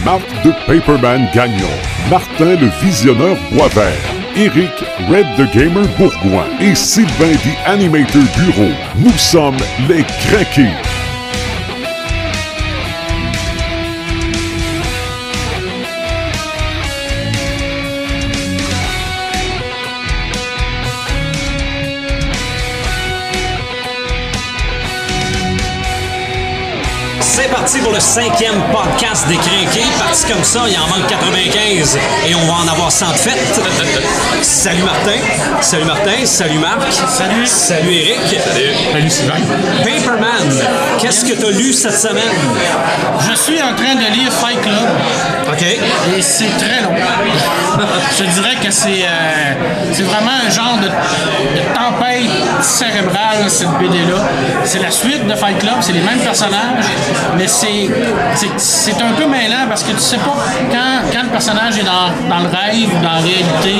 Marc de Paperman Gagnon, Martin le Visionneur Boisvert, Éric Red the Gamer Bourgoin et Sylvain the Animator Bureau. Nous sommes les Craqués. C'est parti pour le 5e podcast des Crinqués. Parti comme ça, il en manque 95 et on va en avoir 100 de fêtes. Salut Martin. Salut Martin. Salut Marc. Salut. Salut Eric. Salut. Salut Sylvain. Paperman, qu'est-ce que tu as lu cette semaine? Je suis en train de lire Fight Club. OK. Et c'est très long. Je dirais que c'est vraiment un genre de tempête cérébrale, cette BD-là. C'est la suite de Fight Club, c'est les mêmes personnages, mais c'est un peu mêlant parce que tu sais pas quand le personnage est dans le rêve ou dans la réalité.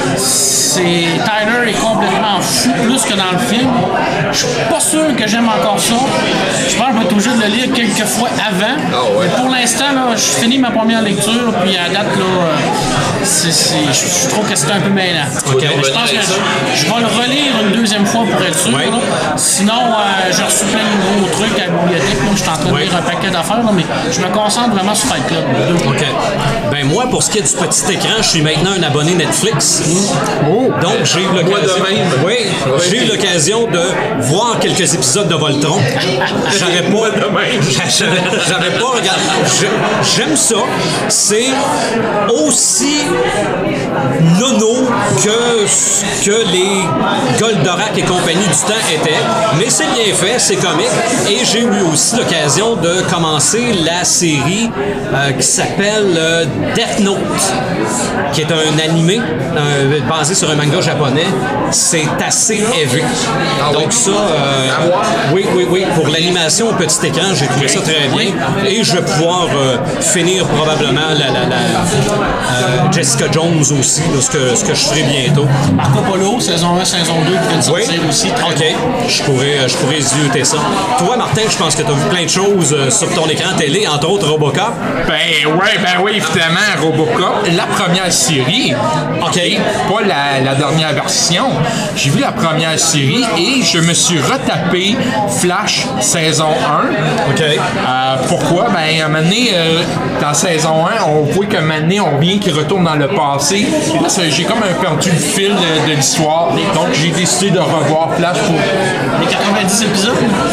Tyler est complètement fou, plus que dans le film. Je suis pas sûr que j'aime encore ça. Je pense que je vais être obligé de le lire quelques fois avant. Mais pour l'instant, là, je finis ma première lecture, puis à date, là, je trouve que c'est un peu mêlant. Okay. Je pense que je vais le relire une deuxième fois pour être sûr. Ouais. Sinon, j'ai reçu plein de nouveaux trucs à la bibliothèque. Moi, je suis en train de lire un paquet d'affaires, là, mais je me concentre vraiment sur Fight Club. OK. Ben moi, pour ce qui est du petit écran, je suis maintenant un abonné Netflix. Donc, j'ai eu l'occasion... Oui, j'ai eu l'occasion de voir quelques épisodes de Voltron. J'avais pas regardé. J'aime ça. C'est aussi nono que les Goldorak et compagnie du temps étaient, mais c'est bien fait, c'est comique. Et j'ai eu aussi l'occasion de commencer la série qui s'appelle Death Note, qui est un animé basé sur un manga japonais. C'est assez heavy. Donc ça, oui, pour l'animation au petit écran, j'ai trouvé ça très bien. Et je vais pouvoir finir probablement la Jessica Jones aussi, là, ce que je ferai bientôt. Marco Polo, saison 1, saison 2 qui vient de sortir aussi. OK. Je pourrais zioter ça. Toi, Martin, je pense que tu as vu plein de choses sur ton écran télé, entre autres Robocop. Ben oui, évidemment, Robocop. La première série. OK. Pas la dernière version. J'ai vu la première série et je me suis retapé Flash saison 1. OK. Pourquoi? Ben, à un moment donné, dans saison 1, on voit qu'à un moment donné, on vient qu'il retourne dans le passé. Et là, j'ai comme un perdu le fil de l'histoire. Donc, j'ai décidé de revoir Flash pour... Les 90 épisodes?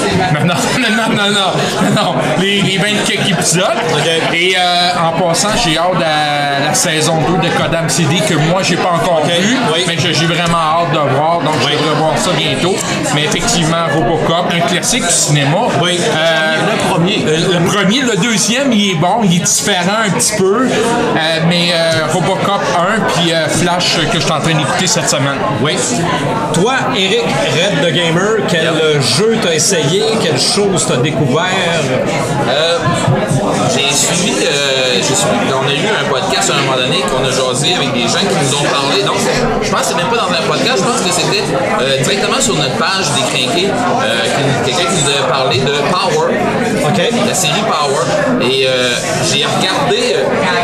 Non. Les 20 quelques épisodes. Okay. Et en passant, j'ai hâte à la saison 2 de Kodam CD que moi, j'ai pas encore vu. Oui. Mais que j'ai vraiment hâte de voir. Donc, je vais revoir ça bientôt. Mais effectivement, Robocop, un classique du cinéma. Oui. Le premier. Le deuxième, il est bon. Il est différent un petit peu. Mais Robocop 1 puis Flash que je suis en train d'écouter cette semaine. Oui. Toi, Eric, Red the Gamer, quel jeu t'as essayé? Quelle chose t'as découvert? J'ai suivi, on a eu un podcast à un moment donné qu'on a jasé avec des gens qui nous ont parlé. Donc, je pense que c'est même pas dans un podcast, je pense que c'était directement sur notre page des Crinqués, quelqu'un qui nous a parlé de Power. OK. La série Power. Et j'ai regardé,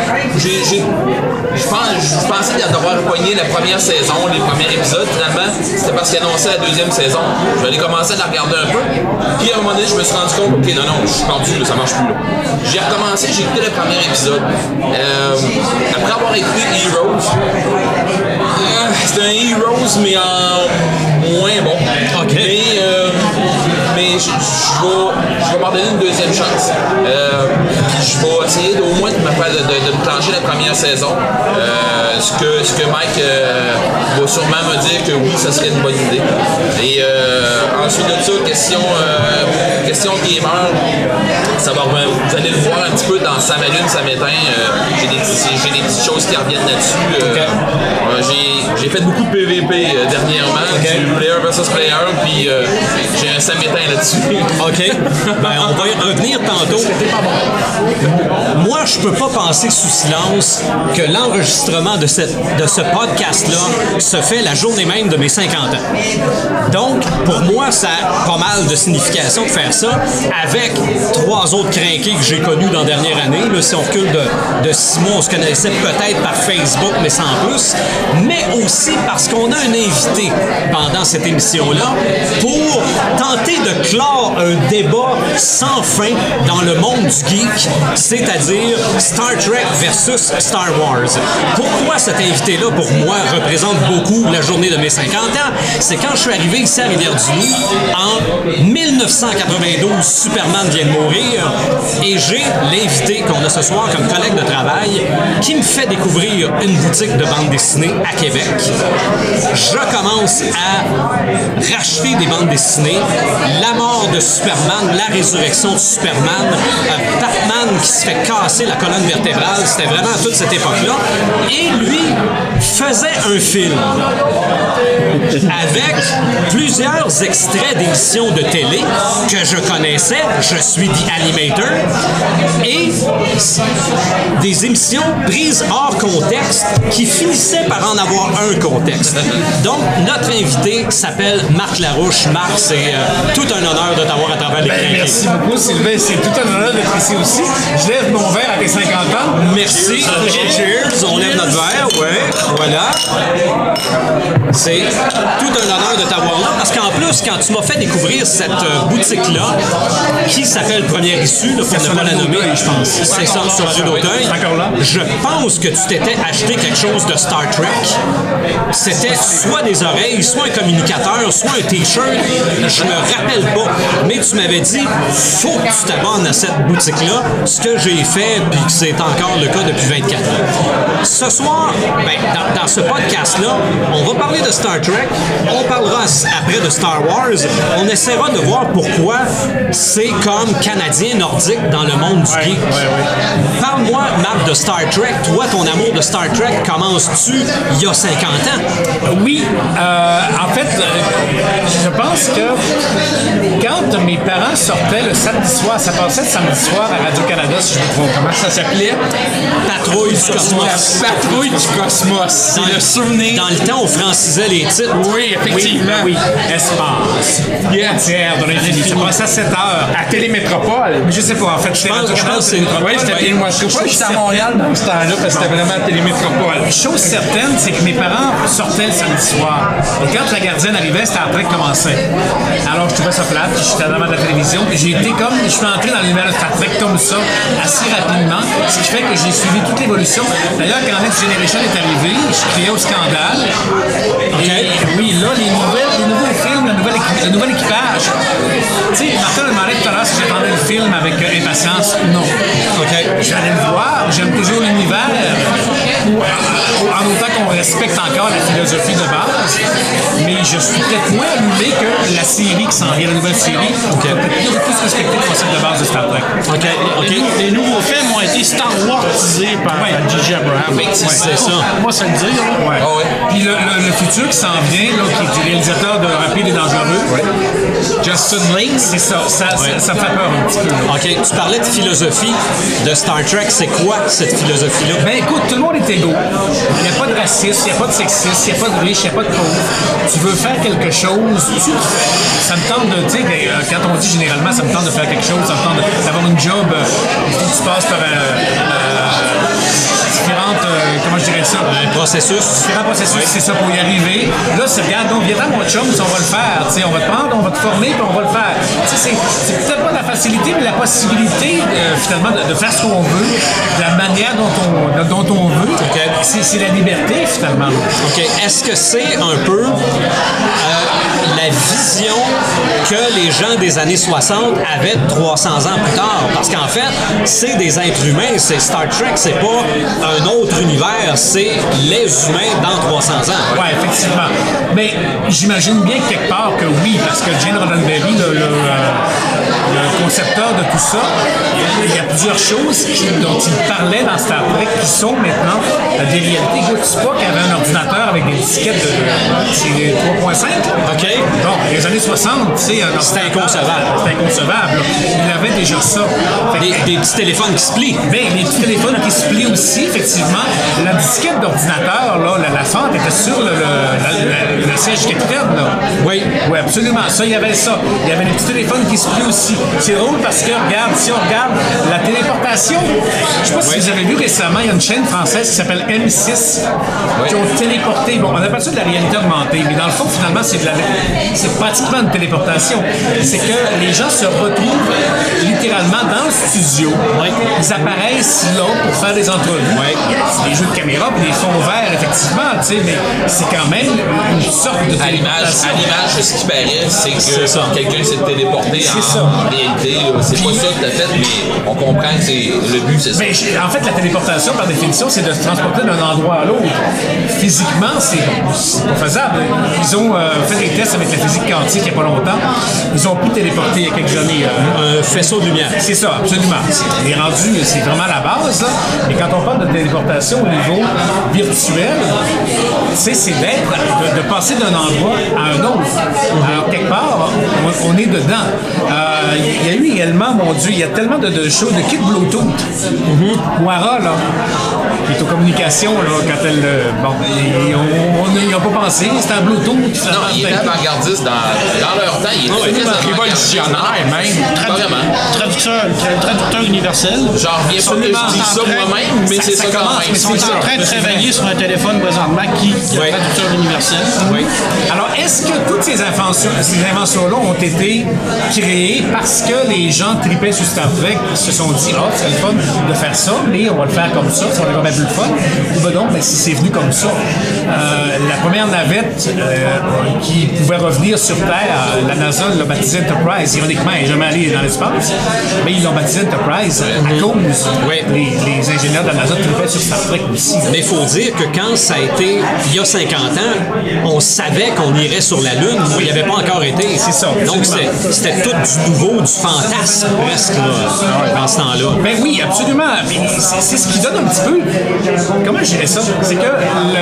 je pensais d'avoir pogné la première saison, les premiers épisodes. Finalement, c'était parce qu'il annonçait la deuxième saison. Je vais aller commencer à la regarder un peu. Puis à un moment donné, je me suis rendu compte, OK, non, je suis perdu, là, ça marche plus. Là. J'ai recommencé, j'ai écouté le premier épisode. Après avoir écouté Heroes, c'était un Heroes, mais en moins bon. OK. Mais je vais m'en donner une deuxième chance. Je vais essayer au moins de me plancher la première saison. Ce que Mike va sûrement me dire que oui, ça serait une bonne idée. Et ensuite de ça, question gamer, vous allez le voir un petit peu dans Ça m'allume, ça m'éteint. J'ai des petites choses qui reviennent là-dessus. J'ai fait beaucoup de PVP dernièrement, du player versus player, puis j'ai un ça m'éteint là-dessus. OK. Ben, on va y revenir tantôt. Moi, je peux peut pas passer sous silence que l'enregistrement de ce podcast-là se fait la journée même de mes 50 ans. Donc, pour moi, ça a pas mal de signification de faire ça avec 3 autres crinqués que j'ai connus dans la dernière année. Là, si on recule de 6 mois, on se connaissait peut-être par Facebook, mais sans plus. Mais aussi parce qu'on a un invité pendant cette émission-là pour tenter de clore un débat sans fin dans le monde du geek, c'est-à-dire Star Trek versus Star Wars. Pourquoi cet invité-là, pour moi, représente beaucoup la journée de mes 50 ans? C'est quand je suis arrivé ici à Rivière-du-Loup, en 1992, Superman vient de mourir, et j'ai l'invité qu'on a ce soir comme collègue de travail qui me fait découvrir une boutique de bande dessinée à Québec. Je commence à racheter des bandes dessinées, la mort de Superman, la résurrection de Superman, Batman qui se fait casser la colonne vertébrale, c'était vraiment à toute cette époque-là. Et lui faisait un film avec plusieurs extraits d'émissions de télé que je connaissais, je suis The Animator, et des émissions prises hors contexte qui finissaient par en avoir un contexte. Donc, notre invité s'appelle Marc Larouche. Marc, c'est tout un honneur de t'avoir à travers les crinqués. Merci beaucoup, Sylvain. C'est tout un honneur d'être ici aussi. Je lève mon verre à tes 50 ans. Merci. Cheers. On lève notre verre. Ouais. Voilà. C'est tout un honneur de t'avoir là parce qu'en plus, quand tu m'as fait découvrir cette boutique-là, qui s'appelle Première Issue, là, pour ne pas la nommer, je pense. C'est ça, sur la rue d'Auteuil. Je pense que tu t'étais acheté quelque chose de Star Trek. C'était soit des oreilles, soit un communicateur, soit un T-shirt. Je me rappelle pas. Mais tu m'avais dit, faut que tu t'abonnes à cette boutique-là. Ce que j'ai fait, puis que c'est encore le cas depuis 24 ans. Ce soir, dans ce podcast-là, on va parler de Star Trek. On parlera après de Star Wars. On essaiera de voir pourquoi c'est comme Canadien nordique dans le monde du geek. Parle-moi, Marc, de Star Trek. Toi, ton amour de Star Trek, commences-tu il y a 50 ans? Oui. En fait, je pense que quand mes parents sortaient le samedi soir, ça passait le samedi soir à Radio-Canada, si je me trompe, comment ça s'appelait? Patrouille du Cosmos. La Patrouille du Cosmos. C'est le souvenir. Dans le temps, on francisait les titres. Oui, effectivement. Oui. Espace. Terre de l'infini. Ça passait à 7 heures. À Télémétropole. Je sais pas, en fait. Je pense que c'est oui, c'était Télémétropole. J'étais à Montréal dans ce temps-là parce que c'était vraiment Télémétropole. Chose certaine, c'est que mes parents sortaient le samedi soir. Et quand la gardienne arrivait, c'était en train de commencer. Alors, je trouvais ça plate. J'étais devant la télévision. Puis j'ai été comme. Je suis entré dans l'univers de Star Trek comme ça, assez rapidement. Ce qui fait que j'ai suivi toute l'évolution. D'ailleurs, quand Next Generation est arrivé, je criais au scandale. Et oui, là, les nouveaux films, le nouvel équipage. Tu sais, Martin me demandait tout à l'heure si j'attendais le film avec impatience. Non. J'allais le voir. J'aime toujours l'univers. En autant qu'on respecte encore la philosophie de base. Mais je suis peut-être moins allumé que la série qui s'en vient, la nouvelle série. On peut peut-être plus respecter le concept de base de Star Trek. Les nouveaux films ont été Star Warsisés par J.J. Abrams. C'est ça. Moi, ça le dit. Puis le futur qui s'en vient, là, qui est du réalisateur de Rapide et Dangereux, Justin Lin, c'est ça. Ça me fait peur un petit peu. Là. OK. Tu parlais de philosophie de Star Trek. C'est quoi cette philosophie-là? Ben écoute, tout le monde est égaux. Il n'y a pas de racisme, il n'y a pas de sexisme, il n'y a pas de riche, il n'y a pas de pauvre. Tu veux faire quelque chose, ça me tente de, tu sais, quand on dit généralement, ça me tente de faire quelque chose, ça me tente d'avoir une job, il faut que tu passes par différentes, comment je dirais ça? Un processus. Différents processus, c'est ça, pour y arriver. Là, c'est regarde, donc, viens mon chum, on va le faire. Tu sais, on va te prendre, on va te former, puis on va le faire. Tu sais, c'est peut-être pas la facilité, mais la possibilité, finalement, de faire ce qu'on veut, de la manière dont on veut. C'est la liberté, finalement. OK. Est-ce que c'est un peu la vision que les gens des années 60 avaient 300 ans plus tard? Parce qu'en fait, c'est des êtres humains. C'est Star Trek, c'est pas un autre univers, c'est les humains dans 300 ans. Oui, effectivement. Mais j'imagine bien quelque part que oui, parce que Gene Roddenberry, le concepteur de tout ça, il y a plusieurs choses dont il parlait dans Star Trek qui sont maintenant des réalités. Écoute, Spock avait un ordinateur avec des disquettes de 3.5. OK. Bon, les années 60, tu sais, C'était inconcevable. C'était inconcevable. Là. Il avait déjà ça. Des petits téléphones qui se plient. Ben, les petits téléphones qui se plient aussi, effectivement. La disquette d'ordinateur, là, la fente était sur le siège capitaine, là. Oui. Oui, absolument. Ça, il y avait ça. Il y avait les petits téléphones qui se plient aussi. C'est drôle parce que, regarde, si on regarde la téléportation, je sais pas si vous avez vu récemment, il y a une chaîne française qui s'appelle M6 qui ont téléporté. Bon, on appelle ça de la réalité augmentée, mais dans le fond, finalement, c'est pratiquement une téléportation. C'est que les gens se retrouvent littéralement dans le studio. Ils apparaissent là pour faire des entrevues. C'est des jeux de caméra et des fonds verts, effectivement, tu sais, mais c'est quand même une sorte de téléportation. À l'image, ce qui paraît, c'est que quelqu'un s'est téléporté en réalité. C'est pas ça que t'as fait, mais on comprend que le but, c'est ça. Mais en fait, la téléportation, par définition, c'est de se transporter d'un endroit à l'autre. Physiquement, c'est pas faisable. Ils ont fait des tests avec la physique quantique il n'y a pas longtemps. Ils ont pu téléporter il y a quelques années. Un faisceau de lumière. C'est ça, absolument. Les rendus, c'est vraiment la base. Là. Et quand on parle de téléportation au niveau virtuel, c'est de passer d'un endroit à un autre. Alors, quelque part, on est dedans. Il y a eu également, mon Dieu, il y a tellement de choses de kit Bluetooth. Wara, là, qui est aux communications, là, quand elle... bon, ils n'ont pas pensé, c'était un Bluetooth. Non, il était avant-gardiste dans leur temps. Il était révolutionnaire, même. Traducteur universel. J'en reviens pas que je dis ça moi-même, mais c'est ça quand même. Ils sont en train de travailler sur un téléphone présentement qui est traducteur universel. Oui. Alors, est-ce que toutes ces inventions-là ont été créées parce que les gens tripaient sur Star Trek, se sont dit, c'est le fun de faire ça, mais on va le faire comme ça va être quand même plus le fun. Ou ben donc, si c'est venu comme ça. La première navette qui pouvait revenir sur Terre, la NASA l'a baptisée Enterprise. Ironiquement, elle n'est jamais allée dans l'espace, mais ils l'ont baptisée Enterprise à cause les ingénieurs de la NASA tripaient sur Star Trek aussi. Mais il faut dire que quand ça a été, il y a 50 ans, on savait qu'on irait sur la Lune. Moi, il n'y avait pas encore été. C'est ça. Donc, c'était tout du nouveau, du fantasme, presque, là, dans ce temps-là. Ben oui, absolument. C'est ce qui donne un petit peu... Comment je dirais ça? C'est que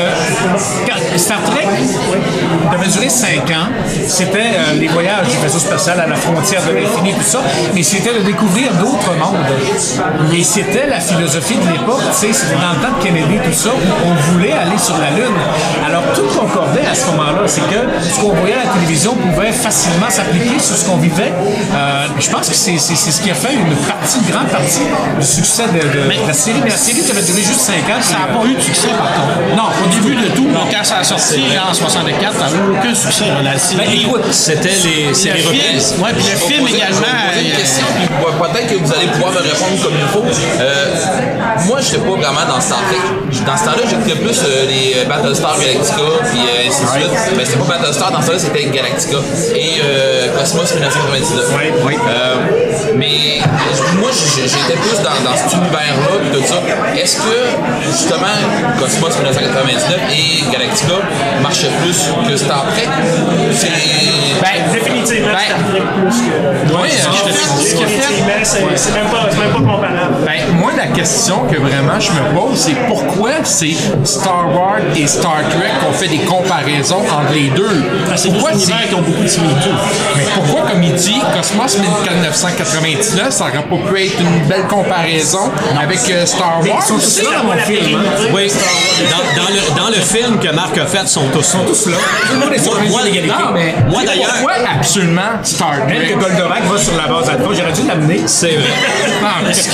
Star Trek devait durer 5 ans. C'était les voyages du vaisseau spatial à la frontière de l'infini, tout ça. Mais c'était de découvrir d'autres mondes. Et c'était la philosophie de l'époque. C'était dans le temps de Kennedy, tout ça, où on voulait aller sur la Lune. Alors, tout concordait à ce moment-là. C'est que ce qu'on voyait à la télévision pouvait facilement s'appliquer sur ce qu'on vivait. Je pense que c'est ce qui a fait une grande partie du succès de la série. Mais la série devait durer juste 5 ans. Ça n'a pas eu de succès, par contre. Non, au début de tout. Donc, quand ça a sorti en 64, ça n'a eu aucun succès. La série, écoute, c'était les reprises. Oui, puis le film également. Je vais vous poser une question, puis peut-être que vous allez pouvoir me répondre comme il faut. Moi, je n'étais pas vraiment dans Star Trek. Dans ce temps-là, j'écoutais plus les Battlestar Galactica, puis ainsi de suite. Mais c'était pas Battlestar, dans ce temps-là, c'était Galactica. Et Cosmos 1999. Mais moi, j'étais plus dans cet univers-là, puis tout ça. Est-ce que, justement, Cosmos 1999 et Galactica marchaient plus que Star Trek? Définitivement, Star Trek plus que... Oui, c'est même pas comparable. Moi, la question que vraiment je me pose, c'est pourquoi c'est Star Wars et Star Trek qu'on fait des comparaisons entre les deux? C'est deux univers qui ont beaucoup de similitudes. Mais pourquoi, comme il dit, Cosmos 1999, ça n'aurait pas pu être une belle comparaison avec Star Wars? Ils sont tous là dans mon film. Oui, dans le film que Marc a fait, sont tous là. Tout le monde est sur l'égalité. Moi, d'ailleurs... Pourquoi absolument Star Trek? Même que Goldorak va sur la base alpha, j'aurais dû l'amener. C'est vrai. Ce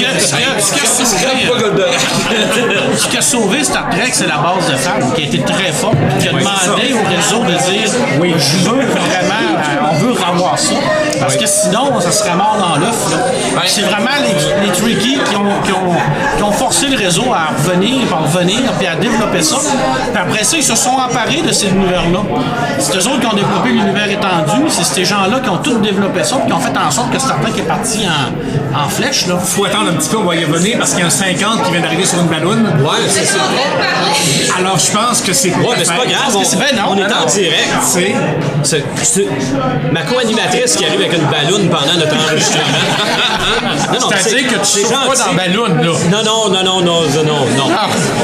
qui a sauvé Star Trek, c'est la base de femmes qui a été très forte, qui a demandé au réseau de dire oui, je veux vraiment, on veut revoir ça. Parce que sinon, ça serait mort dans l'œuf. C'est vraiment les Trekkies qui ont forcé le réseau à revenir puis à développer ça. Puis après ça, ils se sont emparés de cet univers-là. C'est eux autres qui ont développé l'univers étendu. C'est ces gens-là qui ont tout développé ça puis qui ont fait en sorte que Star Trek est parti en flèche. Il faut attendre un petit peu, on va y revenir parce qu'il y a un 50 qui vient d'arriver sur une balloune. Ouais, c'est ça. Alors, je pense que c'est... Ouais, mais c'est pas grave, on est en direct. C'est ma co-animatrice qui arrive avec une balloune pendant notre enregistrement. C'est-à-dire que tu ne pas dans la balloune, là. Non.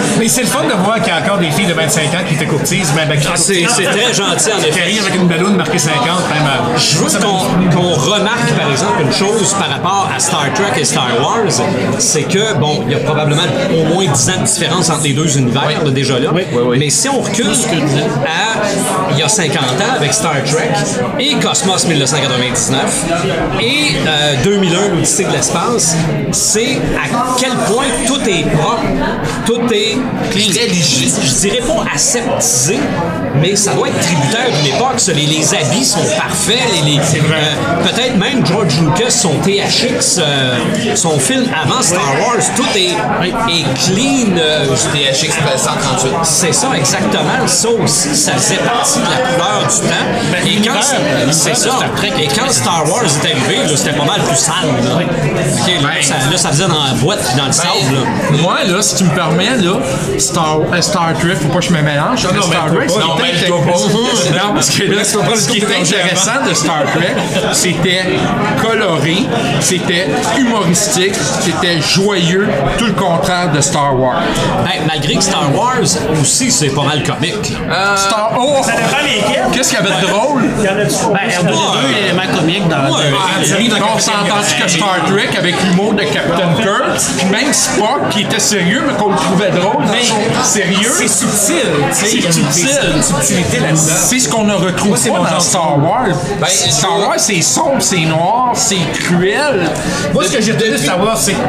Mais c'est le fun de voir qu'il y a encore des filles de 25 ans qui te courtisent. C'est très gentil, en effet. Qui avec une balloune marquée 50, même. Je veux qu'on remarque, par exemple, une chose par rapport à Star Trek et Star Wars, c'est que, bon, il y a probablement au moins 10 ans de différence entre les deux univers, là, déjà là. Mais si on recule à il y a 50 ans avec Star Trek et Cosmos 1999 et 2001, l'Odyssée de l'espace, c'est à quel point tout est propre, tout est très léger. Je dirais pas aseptisé, mais ça doit être tributaire d'une époque. Les habits sont parfaits. Peut-être même George Lucas, son THX, son film avant Star Wars, tout est clean. THX 138. C'est ça, exactement. Ça aussi, ça faisait partie de la couleur du temps. Et quand Star Wars est arrivé, là, c'était pas mal plus sale. Là. Okay, là, ça faisait dans la boîte et dans le sable. Là. Moi, là, si tu me permets, là, Star Trek, faut pas que je me mélange. Non, Star Trek, non, parce que là, ce qui était intéressant de Star Trek, c'était coloré, c'était humoristique, c'était joyeux, tout le contraire de Star Wars. Hey, malgré que Star Wars aussi, c'est pas mal comique. Ça dépend lesquels. Qu'est-ce qu'il y avait de drôle? Il y en a du R2D2, l'élément comique dans On s'est entendu que Star Trek avec l'humour de Captain Kirk, puis même Spock qui était sérieux, mais qu'on le trouvait drôle dans son sérieux. C'est subtil, tu sais. C'est une subtilité là-dedans. C'est ce qu'on ne retrouve pas dans Star Wars. Star Wars, c'est sombre, c'est noir, c'est cruel. Moi, ce que j'ai retenu de Star Wars, c'est...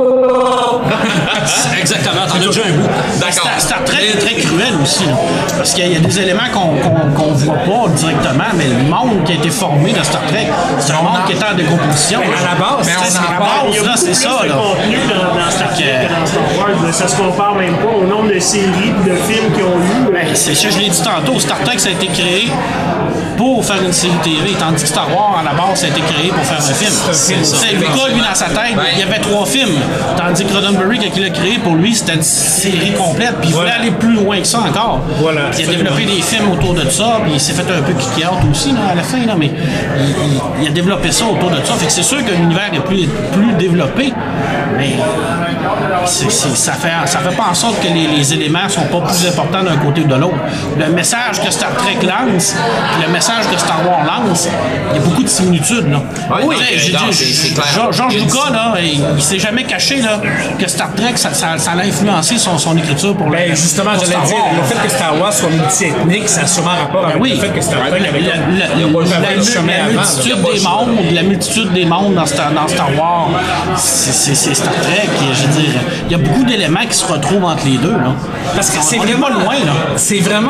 Exactement, t'en as déjà un bout. D'accord. Star Trek est très cruel aussi, là. Parce qu'il y a des éléments qu'on voit pas directement, mais le monde qui a été formé de Star Trek, c'est un monde qui est en décomposition. À la base, Il y a beaucoup c'est plus ça, de là. contenu dans Star Trek que dans Star Wars. Là. Ça se compare même pas au nombre de séries et de films qu'ils ont eu. C'est ça, je l'ai dit tantôt, Star Trek, ça a été créé pour faire une série TV, tandis que Star Wars, à la base, ça a été créé pour faire un film. C'est Lucas, lui, dans sa tête, il y avait 3 films, tandis que Roddenberry, quand il l'a créé, pour lui, c'était une série complète, puis il voulait aller plus loin que ça encore. Voilà. Il a développé des films autour de ça, puis il s'est fait un peu kick out aussi, là, à la fin, là, mais il a développé ça autour de ça. Fait que c'est sûr que l'univers est plus développé, mais ça fait pas en sorte que les éléments sont pas plus importants d'un côté ou de l'autre. Le message que Star Trek lance, le message que Star Wars lance, il y a beaucoup de similitudes. Là. Oui, c'est clair. George Lucas, là, il s'est jamais caché là, que Star Trek, ça a influencé son écriture pour justement, j'allais dire, le fait que Star Wars soit multi-ethnique, ça a sûrement rapport avec le fait que Star Trek avait la multitude des mondes dans Star Wars, c'est Star Trek. Je veux dire, il y a beaucoup d'éléments qui se retrouvent entre les deux. Là. Parce que c'est vraiment loin. Là. C'est vraiment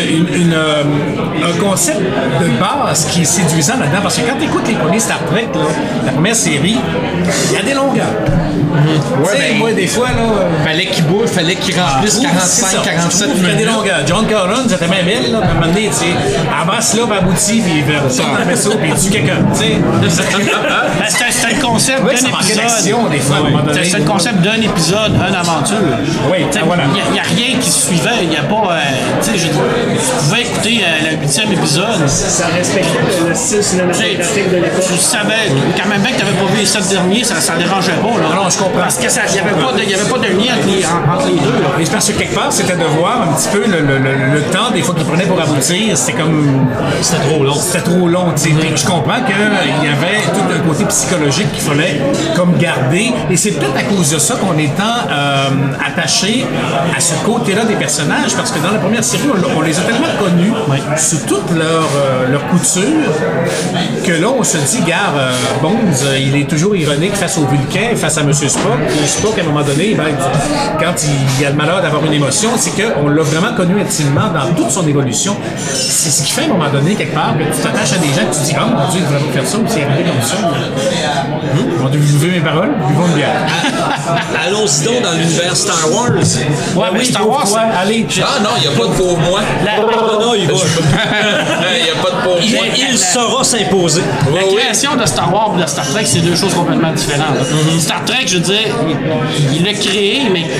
un concept de base qui est séduisant là-dedans. Parce que quand tu écoutes les premiers Star Trek, là, la première série, il y a des longueurs. Moi, des fois, là. Fallait qu'il bouge, fallait qu'il remplisse 45-47 minutes. Il y a des longueurs. John Collins, c'était même belle, là. À un moment donné, tu sais, avance là, va aboutir, puis il sort dans le vaisseau, puis il tue quelqu'un. C'est le concept d'un épisode. Des fois, c'est le concept d'un épisode, une aventure. Oui, voilà. Il n'y a rien qui suivait. Il n'y a pas. Tu sais, vous pouvez écouter le 8e épisode. Ça respectait le style cinématographique de l'époque. Tu savais, quand même bien que tu n'avais pas vu les 7 derniers, ça ne dérangeait pas. Là. Non, je comprends. Parce qu'il n'y avait pas de lien entre les deux. Là. Et je pense que quelque part, c'était de voir un petit peu le temps, des fois, qu'il prenait pour aboutir. C'était comme. C'était trop long. C'était trop long, tu sais. Puis je comprends qu'il y avait tout un côté psychologique qu'il fallait comme garder. Et c'est peut-être à cause de ça qu'on est tant attaché à ce côté-là des personnages, parce que dans la première série, on les a tellement connus sous toute leur couture que là, on se dit, gars, Bones, il est toujours ironique face au Vulcain, face à M. Spock. Et Spock, à un moment donné, quand il a le malheur d'avoir une émotion, c'est qu'on l'a vraiment connu intimement dans toute son évolution. C'est ce qui fait, à un moment donné, quelque part, que tu t'attaches à des gens que tu dis, oh mon Dieu, il devrait pas faire ça, ou c'est arrivé comme ça. Bon, vous levez mes paroles, buvons une bière. Allons-y donc dans l'univers Star Wars. Ouais, mais Star Wars, allez. Ah non, il n'y a pas de pauvre moi. Non, il va. Il n'y a pas de pauvre moi. Il saura s'imposer. La création de Star Wars et de Star Trek, c'est deux choses complètement différentes. Star Trek, je veux dire, il l'a créé, mais il y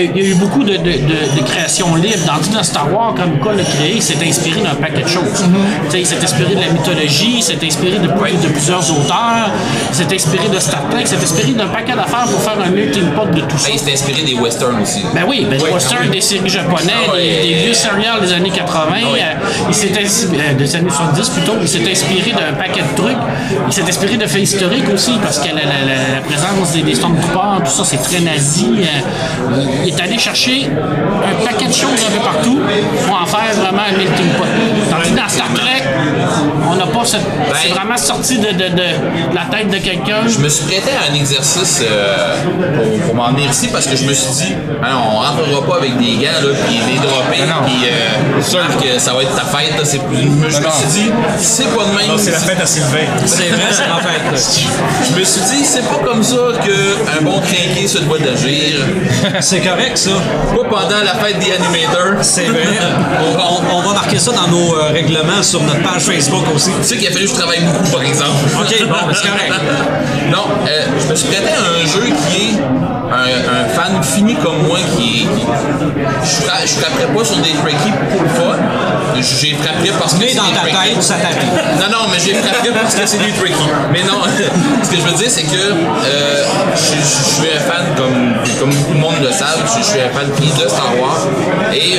il y a eu beaucoup de créations libres. Dans Star Wars, quand Lucas l'a créé, il s'est inspiré d'un paquet de choses. Il s'est inspiré de la mythologie, il s'est inspiré de plusieurs auteurs, il s'est inspiré de Star Trek, il s'est inspiré d'un paquet d'affaires pour faire un melting pot de tout ça. Il s'est inspiré des westerns aussi. Ben oui, des westerns, des séries japonais, des vieux serials des années 80, il s'est inspiré, des années 70 plutôt, il s'est inspiré d'un paquet de trucs, il s'est inspiré de faits historiques aussi, parce que la présence des Stormtroopers, tout ça, c'est très nazi. Il est allé chercher un paquet de choses un peu partout pour en faire vraiment un melting pot. Tandis que dans Star Trek, on n'a pas cette... c'est vraiment sorti de la tête de quelqu'un. Je me suis prêté à un exercice pour m'en venir ici parce que je me suis dit, hein, on rentrera pas avec des gants là, puis des droppés, puis sûr que ça va être ta fête. Là, je me suis dit, c'est pas de même. Non, c'est la fête à Sylvain. C'est vrai, c'est ma fête. Je me suis dit, c'est pas comme ça qu'un bon trinqué se doit d'agir. C'est correct, ça. Pas pendant la fête des animateurs. C'est vrai. On va marquer ça dans nos règlements sur notre page Facebook aussi. Tu sais qu'il a fallu que je travaille beaucoup, par exemple. OK, bon, c'est correct. Non, je me suis prêté à un jeu qui est un fan fini comme moi je frapperais pas sur des Trekkies pour le fun. J'ai frappé parce que mais c'est dans des ta Trekkies. tête, ça t'arrive. Non, mais j'ai frappé parce que c'est des Trekkies. Mais non, ce que je veux dire, c'est que je suis un fan, comme beaucoup de monde le savent, je suis un fan fini de Star Wars. Et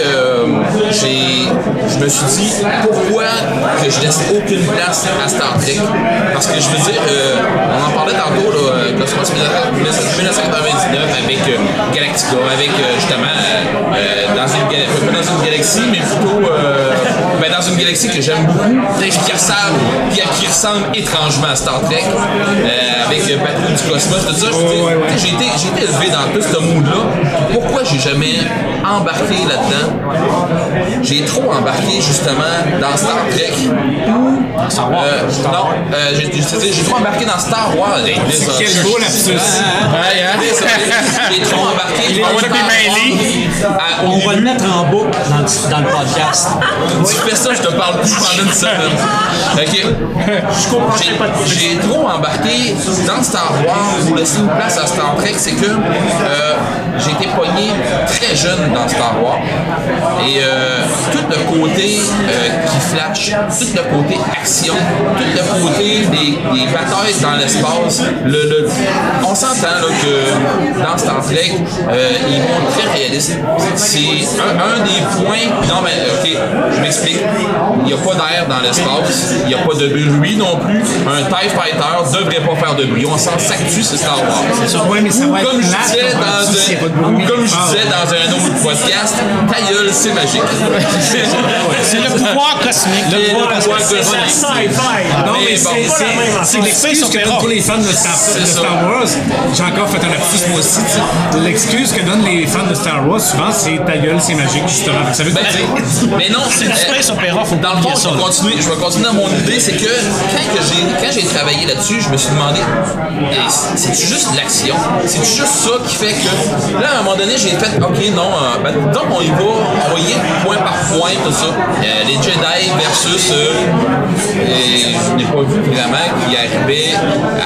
je me suis dit, pourquoi que je laisse aucune place à Star Trek? Parce que je veux dire, on en parlait tantôt, là, Cosmos 1999 avec Galactica, avec justement dans une galaxie, mais plutôt dans une galaxie que j'aime beaucoup, qui ressemble étrangement à Star Trek, avec Patrouille du Cosmos, tout ça. J'ai été élevé dans tout ce mood-là. Pourquoi j'ai jamais embarqué là-dedans? J'ai trop embarqué justement dans Star Trek. Star Wars. Non, j'ai trop embarqué dans Star Wars. Quel beau lapsus. J'ai trop embarqué dans On va le mettre en boucle dans le podcast. Tu fais ça, je te parle plus pendant une semaine. OK. J'ai trop embarqué dans Star Wars pour laisser une place à Star Trek, c'est que j'ai été pogné très jeune dans Star Wars. Et tout le côté qui flash, tout le côté action, tout le côté des batailles dans l'espace, on s'entend là, que dans Star Trek, ils vont très réalistes. C'est un des points. Non, mais OK, je m'explique. Il n'y a pas d'air dans l'espace, il n'y a pas de bruit non plus. Un TIE Fighter ne devrait pas faire de bruit. On s'en sac-tu, c'est Star Wars. C'est ça, ouais, mais ça va être comme je disais dans un autre podcast, ta gueule, c'est magique. C'est le pouvoir cosmique. Le pouvoir C'est cosmique. sci-fi. Non, mais c'est l'excuse que donnent tous les fans de Star Wars. J'ai encore fait un lapsus moi aussi. L'excuse que donnent les fans de Star Wars, souvent, c'est ta gueule, c'est magique, justement. Ça veut dire. Mais non, C'est du space opéra, faut dans le fond, oublier ça. je vais continuer dans mon idée, c'est que quand j'ai travaillé là-dessus, je me suis demandé, c'est-tu juste l'action? C'est-tu juste ça qui fait que... Là, à un moment donné, j'ai fait, OK, non, donc on y va point par point, tout ça. Les Jedi versus... je n'ai pas vu vraiment qui arrivait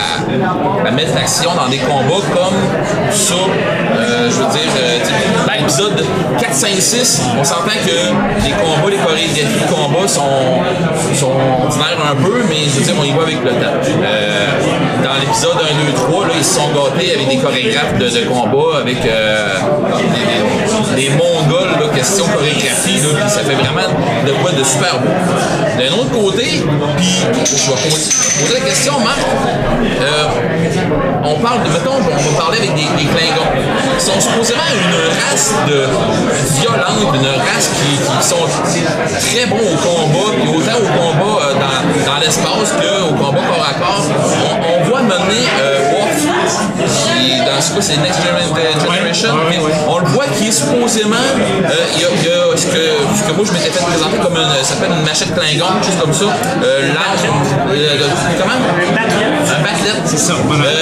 à mettre l'action dans des combats comme ça. Je veux dire, dans l'épisode 4, 5, 6, on s'entend que les combats, les chorégraphies de combat sont ordinaires un peu, mais je veux dire, on y va avec le temps. Dans l'épisode 1, 2, 3, là, ils se sont gâtés avec des chorégraphes de combat, avec des Mongols, là, question chorégraphie, là, puis ça fait vraiment de quoi de super beau. D'un autre côté, puis je vais poser la question, Marc, on parle de, mettons, on va parler avec des Klingons, qui sont supposément une race violente, une race qui sont très bons au combat, puis autant au combat dans l'espace qu'au combat corps à corps. On voit mener Worf, qui est dans c'est Next Generation, on le voit qui est supposément, il y a ce que moi je m'étais fait présenter comme ça s'appelle une machette Klingon, quelque chose comme ça. Comment? Un bat'lette. C'est ça.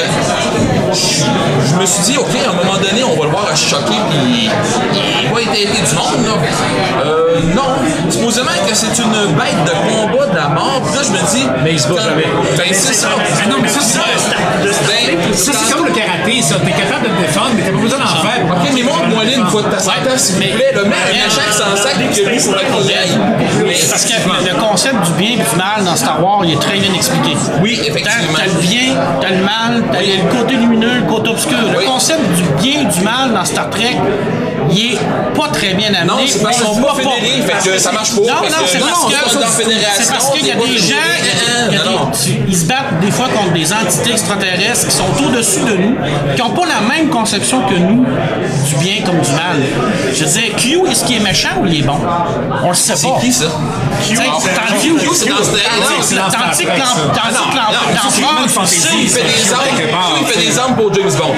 Je me suis dit, OK, à un moment donné, on va le voir choquer, puis il va être aidé du monde, là. Non, c'est supposément que c'est une bête de combat de la mort. Puis là, je me dis. Mais il se bat jamais. Ben, c'est ça. Ah non, mais ça, c'est comme le karaté, ça. T'es capable de te défendre, mais t'as pas besoin d'en faire. Ok, mais montre-moi une fois de temps en temps, s'il vous plaît. Le mec, un méchant qui s'en sac, que lui, faudrait qu'on y aille. Parce que le concept du bien et du mal dans Star Wars, il est très bien expliqué. Oui, effectivement. T'as le bien, t'as le mal, t'as le côté lumineux, le côté obscur. Le concept du bien et du mal dans Star Trek, il est pas très bien amené. Non, c'est parce qu'ils sont pas fédérés, fait que ça marche pas. Non, c'est parce qu'il y a des gens, ils se battent des fois contre des entités extraterrestres qui sont au-dessus de nous, qui n'ont pas la même conception que nous du bien comme du mal. Je veux dire, Q, est-ce qu'il est méchant ou il est bon? On le sait pas. C'est qui ça? Q, c'est dans tandis que l'empereur, il fait des armes pour James Bond.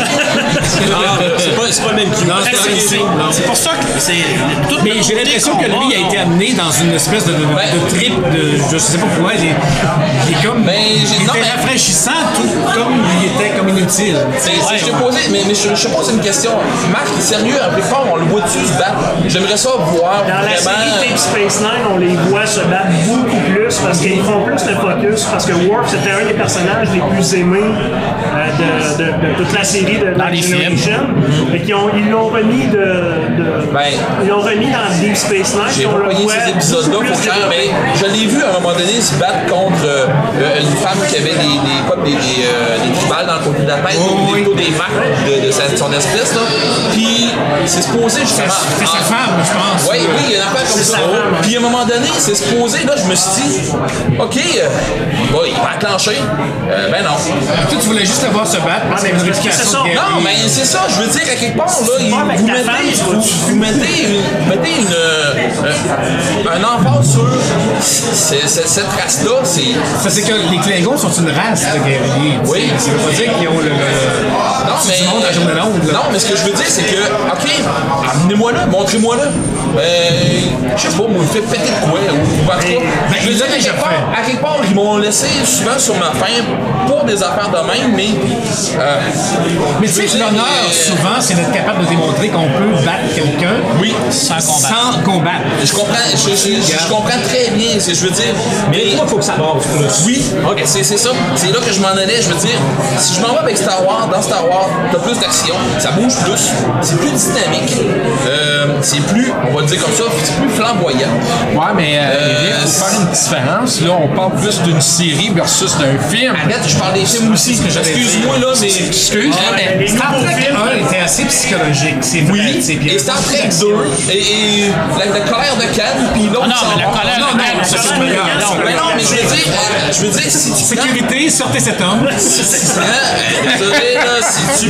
C'est pas le même Q. c'est pour ça que c'est. Mais j'ai l'impression que lui a été amené dans une espèce de trip de. Je sais pas pourquoi. Il est comme. Il était rafraîchissant, tout comme il était comme inutile. Je te posais, mais je pose une question. Marc, sérieux, à plus fort, on le voit-tu se battre? J'aimerais ça voir dans vraiment. La série Deep Space Nine, on les voit se battre beaucoup plus parce qu'ils font plus le focus. Parce que Worf, c'était un des personnages les plus aimés de toute la série de Next Generation. Et ils l'ont remis ils l'ont remis dans Deep Space Nine. J'ai pas payé ces épisodes-là, faut faire, mais je l'ai vu à un moment donné se battre contre une femme qui avait des tribales dans le côté de la tête, des marques de son espèce. Là. Puis c'est supposé justement. C'est sa femme, je pense. Oui, il y a une affaire comme ça. Puis à un moment donné, c'est supposé, là, je me suis dit, OK, il va enclencher. Ben non. Toi, tu voulais juste le voir se battre parce qu'il y a une réplication de non, mais c'est ça, je veux dire, à quelque part, là, vous mettez un emphase sur cette race-là. C'est que les Klingons sont une race de guerriers. Oui. Ça veut pas dire qu'ils ont le. Non, mais ce que je veux dire, c'est que, OK, amenez-moi-le, montrez-moi-le. Je sais pas, moi, me fait péter de quoi. Je veux dire, à quelque part, ils m'ont laissé souvent sur ma faim pour des affaires de même, mais. Mais tu sais, l'honneur, souvent, c'est d'être capable de démontrer qu'on peut battre quelqu'un sans combattre. Je comprends très bien ce que je veux dire. Mais toi, il faut que ça base plus. Oui, c'est ça. C'est là que je m'en allais. Je veux dire, si je m'en vais avec Star Wars, dans Star Wars, t'as plus d'action, ça bouge plus, c'est plus dynamique, c'est plus, on va le dire comme ça, c'est plus flamboyant. Ouais, mais il faut faire une différence. Là, on parle plus d'une série versus d'un film. Arrête, je parle des films aussi. Excuse-moi, là, mais. Excuse. Les Star nouveaux Trek films 1 était assez psychologique, c'est vrai. Et Star Trek 2, et la colère de Cannes, puis l'autre. Non, mais la colère de Cannes, ça, c'est Mais non, mais je veux dire, si tu sécurité, sortez cet homme. Désolé, là, si tu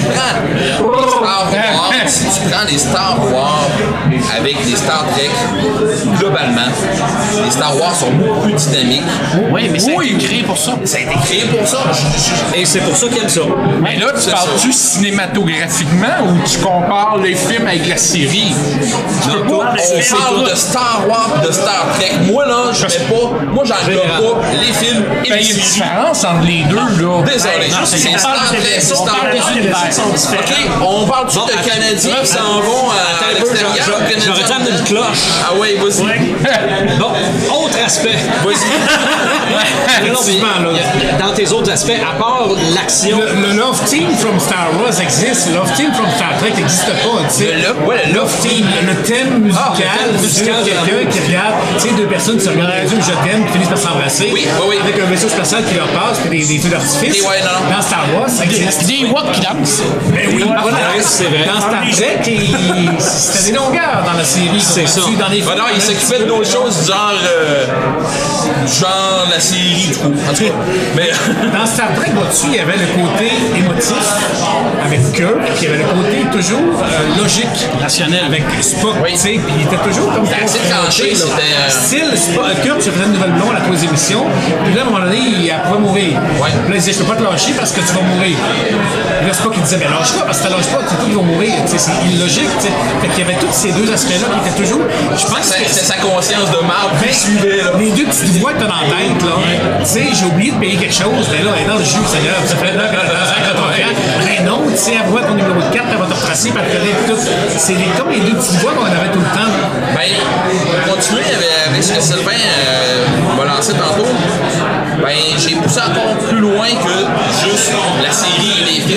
prends les Star Wars avec les Star Trek, globalement, les Star Wars sont beaucoup plus dynamiques. Oui, mais ça a été créé pour ça. Ça a été créé pour ça. Et c'est pour ça qu'ils aiment ça. Mais là, tu parles-tu cinématographiquement ou tu compares les films avec la série? On parle de Star Wars et de Star Trek. Moi, là, je mets pas. Moi, j'englobe pas les films et Il y a les une séries. différence entre les deux, là. Désolé, c'est Star Trek, c'est Star Wars. OK, on parle-tu de Canadiens qui s'en vont à l'extérieur? J'aurais dû amener une cloche. Ah ouais, vas-y. Bon, autre aspect. Vas-y. Dans tes autres aspects, à part l'action. Le Love Team from Star Wars existe, le Love Team from Star Trek n'existe pas, tu sais. Le Love Team, le thème musical, c'est quelqu'un qui regarde, tu sais, deux personnes qui se regardent la je t'aime, qui finissent par s'embrasser. Oui. Avec un vaisseau spatial qui leur passe, puis des feux d'artifice. Dans Star Wars, ça existe. Des Ewoks qui dansent. Ben oui, voilà. c'est vrai. Dans Star Trek, c'était des longueurs dans la série. C'est ça. Dans les non, il s'occupait d'autres choses, genre la série, du coup. En tout cas. Mais. Dans Star Trek, vois-tu, il y avait le côté émotif avec Kirk, puis il y avait le côté toujours logique, rationnel avec Spock, tu sais, puis il était toujours comme C'était assez tranché, Style, Kirk se faisait une nouvelle blonde à la troisième émission, puis là, à un moment donné, il pouvait mourir. Ouais. Puis là, il disait, je peux pas te lâcher parce que tu vas mourir. Puis là, Spock, il disait, mais lâche pas, parce que tu lâches pas, c'est tout qui va mourir. Tu sais, c'est illogique, tu sais. Fait qu'il y avait tous ces deux aspects-là qui étaient toujours. Je pense que c'est sa conscience de marbre qui suivait, là. les deux petites voix que t'as dans la tête, là. Tu sais, j'ai oublié de payer quelque chose, mais là, elle est dans le jus, Seigneur. Ça fait là, mais non, tu sais, elle voit ton numéro de carte, elle va te retracer, puis elle te connaît tout. C'est comme les deux petites voix qu'on avait tout le temps. Ben, on continuait avec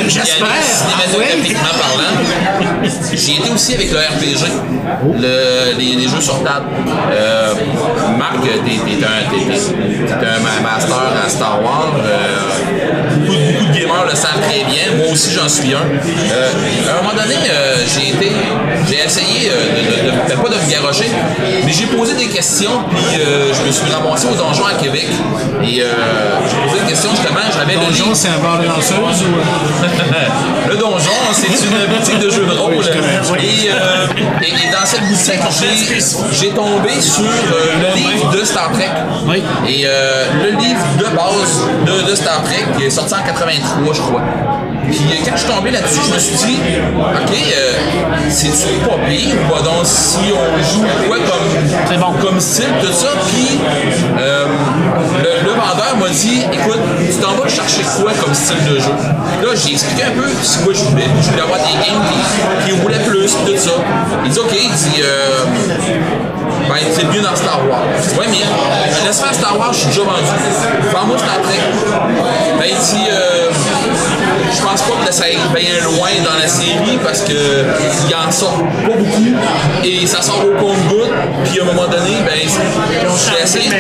cinématographiquement parlant. J'ai été aussi avec le RPG, les jeux sur table. Marc, t'es un master à Star Wars. Beaucoup de gamers le savent très bien. Moi aussi, j'en suis un. À un moment donné, j'ai essayé pas de me garrocher, mais j'ai posé des questions, puis je me suis ramassé au donjon à Québec. Et j'ai posé des questions justement. J'avais le donjon, c'est un bar de danseuse ou... Le donjon, c'est une boutique de jeux de rôle. Et dans cette boutique, j'ai tombé sur le livre de Star Trek. Oui. Et le livre de base de Star Trek qui est sorti en 83, je crois. Puis quand je suis tombé là-dessus, je me suis dit, OK, c'est-tu pas pire? Bah donc, si on joue quoi comme style, tout ça. Puis le vendeur m'a dit, écoute, tu t'en vas chercher quoi comme style de jeu? Là, j'ai expliqué un peu ce que je voulais. Je voulais avoir des games qui roulaient plus, tout ça. Il dit, OK, il dit, c'est mieux dans Star Wars. Ouais, mais laisse faire Star Wars, je suis déjà vendu. Fais-moi Star Trek. Ben, il dit, je pense pas que ça aille bien loin dans la série parce que il en sort pas beaucoup et ça sort au compte-gouttes. Puis à un moment donné, j'ai essayé de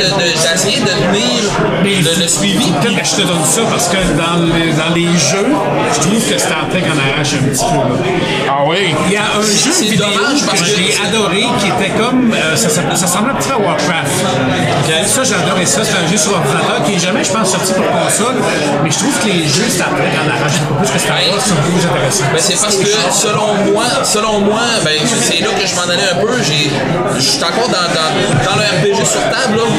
tenir le suivi. Peut-être que je te donne ça parce que dans les jeux, je trouve que Star Trek en arrache un petit peu. Là. Ah oui? Il y a un jeu vidéo que j'ai adoré qui était comme... ça semblait un petit peu à Warcraft. Okay. Ça, j'adorais ça. C'est un jeu sur ordinateur qui n'est jamais, je pense, sorti pour console. Mais je trouve que les jeux Star Trek en arrachent beaucoup plus que Star Wars sont plus intéressants. C'est parce que, selon moi, c'est là que je m'en allais un peu. Je suis encore dans le RPG sur table. Là.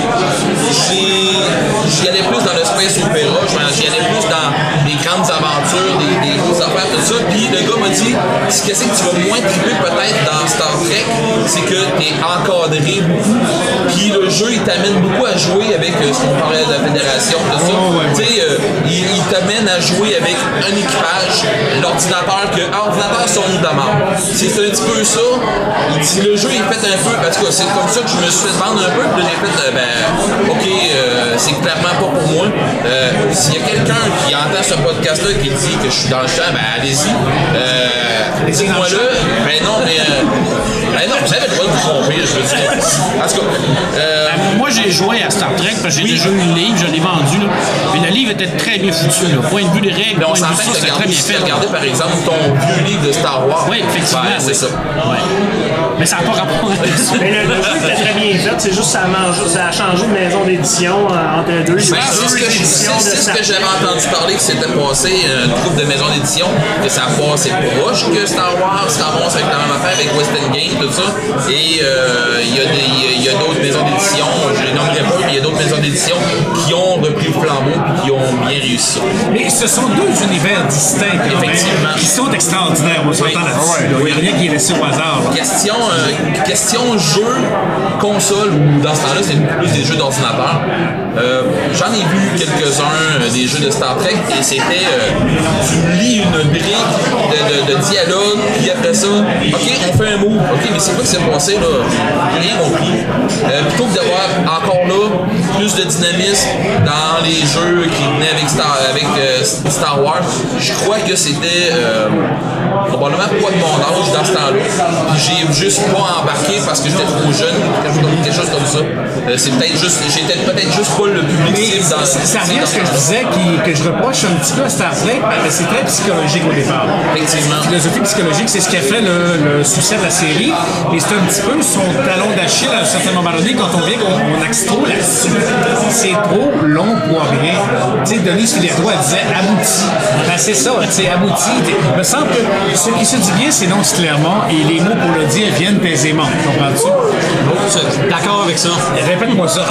J'y allais plus dans le space opéra. J'y allais plus dans des grandes aventures, des grosses affaires, tout ça. Puis le gars m'a dit, ce que c'est que tu vas moins triper peut-être dans Star Trek, c'est que tu es encadré beaucoup. Puis le jeu, il t'amène beaucoup à jouer avec ce qu'on parlait de la fédération, tout ça. Tu sais, il t'amène à jouer avec un équipage, l'ordinateur, l'ordinateur son de mort. C'est un petit peu ça. Il dit, le jeu est fait un peu, parce que c'est comme ça que je me suis fait vendre un peu, puis j'ai fait, OK, c'est clairement pas pour moi. S'il y a quelqu'un qui entend ce podcast-là qui dit que je suis dans le champ, allez-y. Moi là, non, vous avez le droit de vous tromper, je veux dire. En tout cas, moi, j'ai joué à Star Trek parce que j'ai déjà eu le livre, je l'ai vendu. Là. Mais le livre était très bien foutu. Là. Point de vue des règles, point de vue de ça, c'était très bien fait. Regardez par exemple ton vieux livre de Star Wars. Oui, effectivement. C'est ça. Ouais. Mais ça n'a pas rapport avec ça. Mais le jeu était très bien fait, c'est juste que ça a changé de maison d'édition entre les deux. C'est ce que j'avais entendu parler que c'était passé une troupe de maisons d'édition, que ça passait proche que Star Wars avec la même affaire avec West End Game, tout ça. Et il y a d'autres maisons d'édition, je les nommerai pas, mais il y a d'autres maisons d'édition qui ont repris le flambeau et qui ont bien réussi. Mais ce sont deux univers distincts, effectivement, qui sont extraordinaires. On s'entend là-dessus. Il n'y a rien qui est laissé au hasard. Question jeu, console, ou dans ce temps-là, c'est plus des jeux d'ordinateur. J'en ai vu quelques-uns des jeux de Star Trek et c'était tu lis une brique de dialogue, puis après ça, OK, on fait un move. OK, mais c'est quoi qui s'est passé là? J'ai rien compris. Plutôt que d'avoir encore là plus de dynamisme dans les jeux qui venaient avec Star Wars, je crois que c'était probablement pas de mon âge dans ce temps-là. J'ai juste pas embarqué parce que j'étais trop jeune, quelque chose comme ça. C'est peut-être juste, j'étais peut-être juste pas le public cible dans ça revient à ce que je disais, que je reproche un petit peu à Star Trek, mais c'est très psychologique au départ. Effectivement. La philosophie psychologique, c'est ce qui a fait le succès de la série, et c'est un petit peu son talon d'Achille à un certain moment donné quand on vient qu'on axe trop là-dessus. C'est trop long pour rien. Tu sais, Denise Filiatro, elle disait abouti. Ben c'est ça, tu sais, abouti. Il me semble que ce qui se dit bien, c'est non clairement, et les mots pour le dire viennent aisément. Comprends-tu? D'accord avec ça. Répète-moi ça.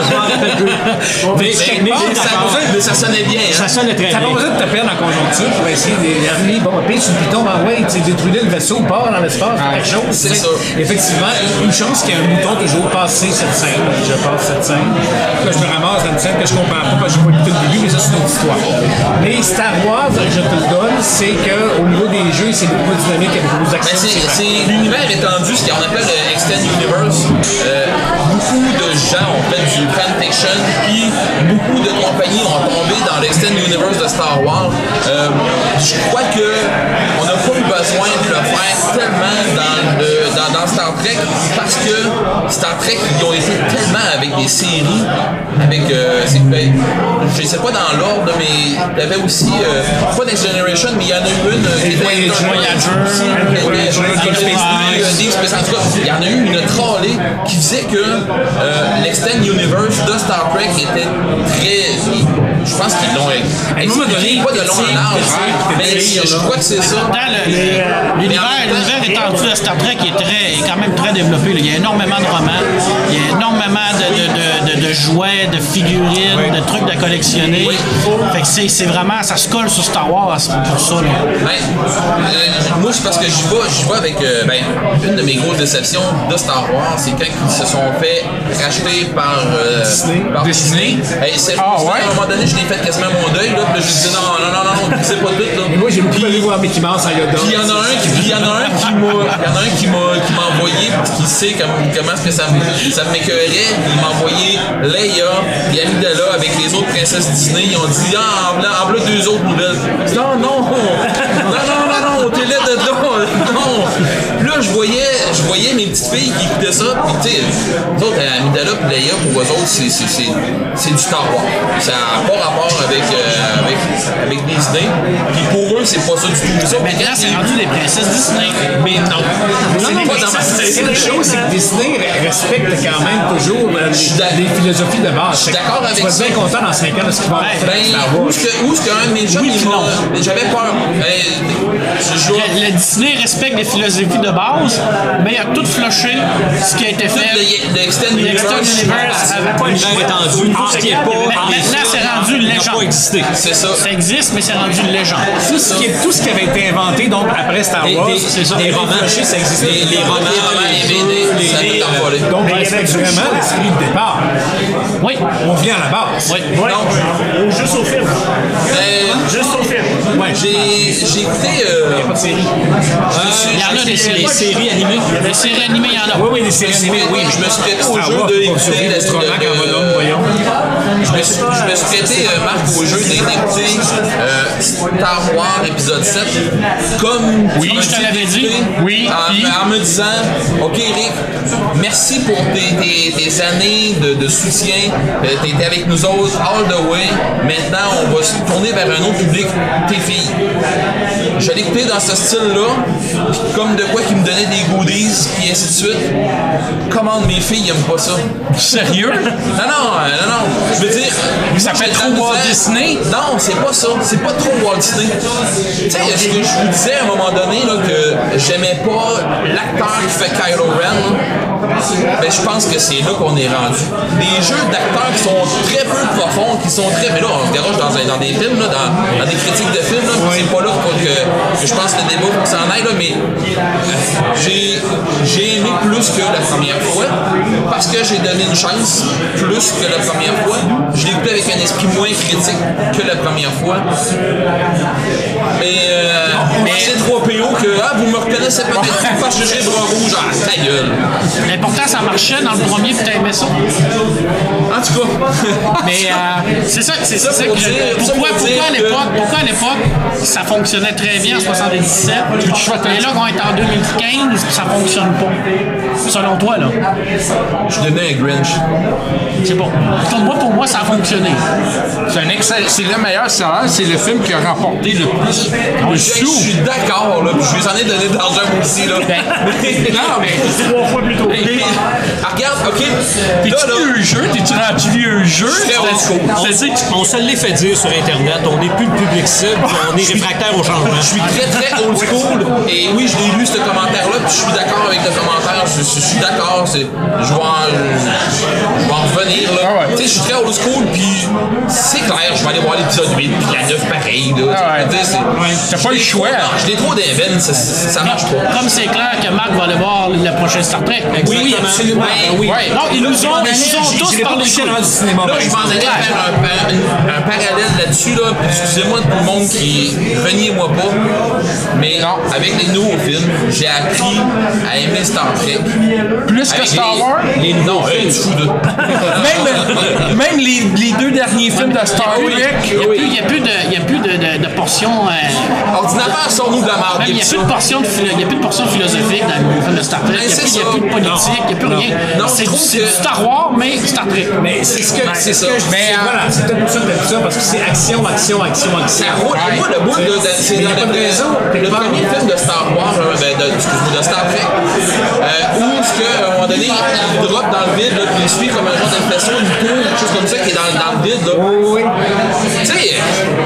Mais ça sonnait bien. Ça sonnait très bien. T'as pas besoin de te perdre en conjoncture pour essayer d'arriver. Bon, puis sur le piton, tu détruis le vaisseau, part dans l'espace, quelque chose. C'est ça. Effectivement, une chance qu'il y a un bouton toujours passer cette scène. Je passe cette scène. Là, je me ramasse dans une scène que je comprends pas parce que j'ai pas écouté le début, mais ça, c'est une autre histoire. Mais Star Wars, je te le donne, c'est qu'au niveau des jeux, c'est beaucoup plus dynamique avec beaucoup d'action. C'est l'univers étendu, ce qu'on appelle le Extended Universe. Beaucoup de gens ont fait du fanfiction, puis beaucoup de compagnies ont tombé dans l'Extended Universe de Star Wars. Je crois que dans Star Trek parce que Star Trek, ils ont été tellement avec des séries, avec, je sais pas dans l'ordre, mais il y avait aussi, pas Next Generation, mais il y en a eu une qui était Deep Space, en tout cas, il y en a eu une trollée qui disait que l'Extended Universe de Star Trek était très... Je pense qu'ils l'ont expliqué pas de long en large, mais je crois que c'est ça. L'univers étendu de Star Trek est quand même très développé. Là. Il y a énormément de romans, il y a énormément de jouets, de figurines, de trucs à collectionner. Fait que c'est vraiment, ça se colle sur Star Wars pour ça. Moi, c'est parce que j'y vais avec une de mes grosses déceptions de Star Wars, c'est quand ils se sont fait racheter par Disney. À un moment donné, je l'ai fait quasiment mon deuil, là, puis je me suis dit non, c'est pas tout. Là. Mais moi, j'ai beaucoup allé voir Mickey Mouse à Yoda. Puis il y en a un qui m'a envoyé, parce qu'il sait comment est-ce que ça m'écœurait, il m'a envoyé Leia et Amidala avec les autres princesses Disney. Ils ont dit en blanc 2 autres nouvelles. Non, t'es là de là. Non. Là, je voyais mes petites filles qui écoutaient ça. Puis tu sais, les autres, Amidala et Leia, pour eux autres, c'est du Star Wars. Ça n'a pas rapport avec Disney. Puis pour eux, c'est pas ça du tout. Ça, mais là, c'est rendu des princesses Disney. Mais non. C'est pas dans ma tête. La chose, c'est que Disney respecte quand même toujours les philosophies de base. Je suis d'accord avec ça. Tu vas être bien content dans 5 ans de ce qui va où est-ce qu'un de mes jeunes, j'avais peur. Le Disney respecte les philosophies de base, mais il a tout flushé ce qui a été fait. L'Extended Universe avait pas l'univers étendu. Tout ce qui est pas. Maintenant, c'est rendu une légende. C'est ça. Ça existe, mais c'est rendu une légende. Tout ce qui avait été inventé donc après Star Wars, c'est ça. Les romans, ça existait. Les romans, donc on respecte vraiment l'esprit de départ. Oui. On vient à la base. Oui. Non, juste au film. Juste au film. Ouais. J'ai écouté. Il n'y a pas de série. Il y en a des séries animées. Les séries animées, il y en a. Oui, des séries animées. Oui, je me suis prêté au jeu d'écouter je me suis prêté, Marc, au jeu d'écouter Star Wars épisode 7 comme je te l'avais dit. Oui. En me disant OK Eric, merci pour tes années de soutien. T'étais avec nous autres all the way. Maintenant, on va se tourner vers un autre public, tes filles. Je l'ai écouté dans ce style-là, comme de quoi qui me donnait des goodies, puis ainsi de suite. Comment mes filles n'aiment pas ça? Sérieux? Non. Je veux dire, ça fait trop Walt Disney? Non, c'est pas ça. C'est pas trop Walt Disney. Tu sais, ce que je vous disais à un moment donné, là, que j'aimais pas l'acteur qui fait Kylo Ren. Ben, je pense que c'est là qu'on est rendu. Des jeux d'acteurs qui sont très peu profonds, qui sont très. Mais là, on se garoche dans des films, là, dans des critiques de films. Là, c'est pas là que je pense que le débat faut que ça en aille, là, mais j'ai aimé plus que la première fois parce que j'ai donné une chance plus que la première fois. Je l'ai écouté avec un esprit moins critique que la première fois. Mais c'est 3 PO que vous me reconnaissez peut-être parce que j'ai bras rouge. Ta gueule. L'important, ça marchait dans le premier, puis t'as aimé ça. En tout cas. Mais c'est ça que pourquoi à l'époque, ça fonctionnait très bien en 77, et là, quand on est en 2015, ça fonctionne pas. Selon toi, là. Je donnais un Grinch. C'est bon. Pour moi, ça a fonctionné. C'est le meilleur salaire, c'est le film qui a remporté le plus de sous. Je suis d'accord, là, puis je lui en ai donné de l'argent aussi, là. Non, mais 3 fois plus tôt. Regarde, OK. T'es-tu vieux jeu? T'es-tu rendu vieux jeu? On se l'est fait dire sur Internet, on n'est plus le public cible, on est réfractaire au changement. Je suis très old school, et oui, je l'ai lu ce commentaire-là, puis je suis d'accord avec le commentaire, je suis d'accord, je vais en revenir, là. Tu sais, je suis très old school, puis c'est clair, je vais aller voir l'épisode 8, puis la 9 pareil, là. T'as pas le choix. Je l'ai trop d'invents, ça marche pas. Comme c'est clair que Marc va aller voir le prochain Star Trek. Oui, absolument. Oui. Non, ils nous ont tous parlé de cinéma. Là, je m'en allais faire un parallèle là-dessus, là, puis excusez-moi de tout le monde qui reniez-moi pas, mais avec les nouveaux films, j'ai appris à aimer Star Trek Plus que Star Wars? Non, un dessous de. Même les deux derniers films de Star Trek. Il n'y a plus de portions. Ordinateur, sors-nous de la merde. Il n'y a plus de portions philosophiques dans le film de Star Trek. Il n'y a plus de politique, il n'y a plus rien. C'est du Star Wars, mais Star Trek. Mais c'est ce que je dis. Voilà, c'est peut-être pour ça que t'as dit ça, parce que c'est action. Moi, le bout de. C'est dans le premier film de Star Wars, de Star Trek, où, à un moment donné, il drop dans le vide, puis il suit comme un genre d'impression, une tour, quelque chose comme ça qui est dans le vide. Là. Oui. Tu sais,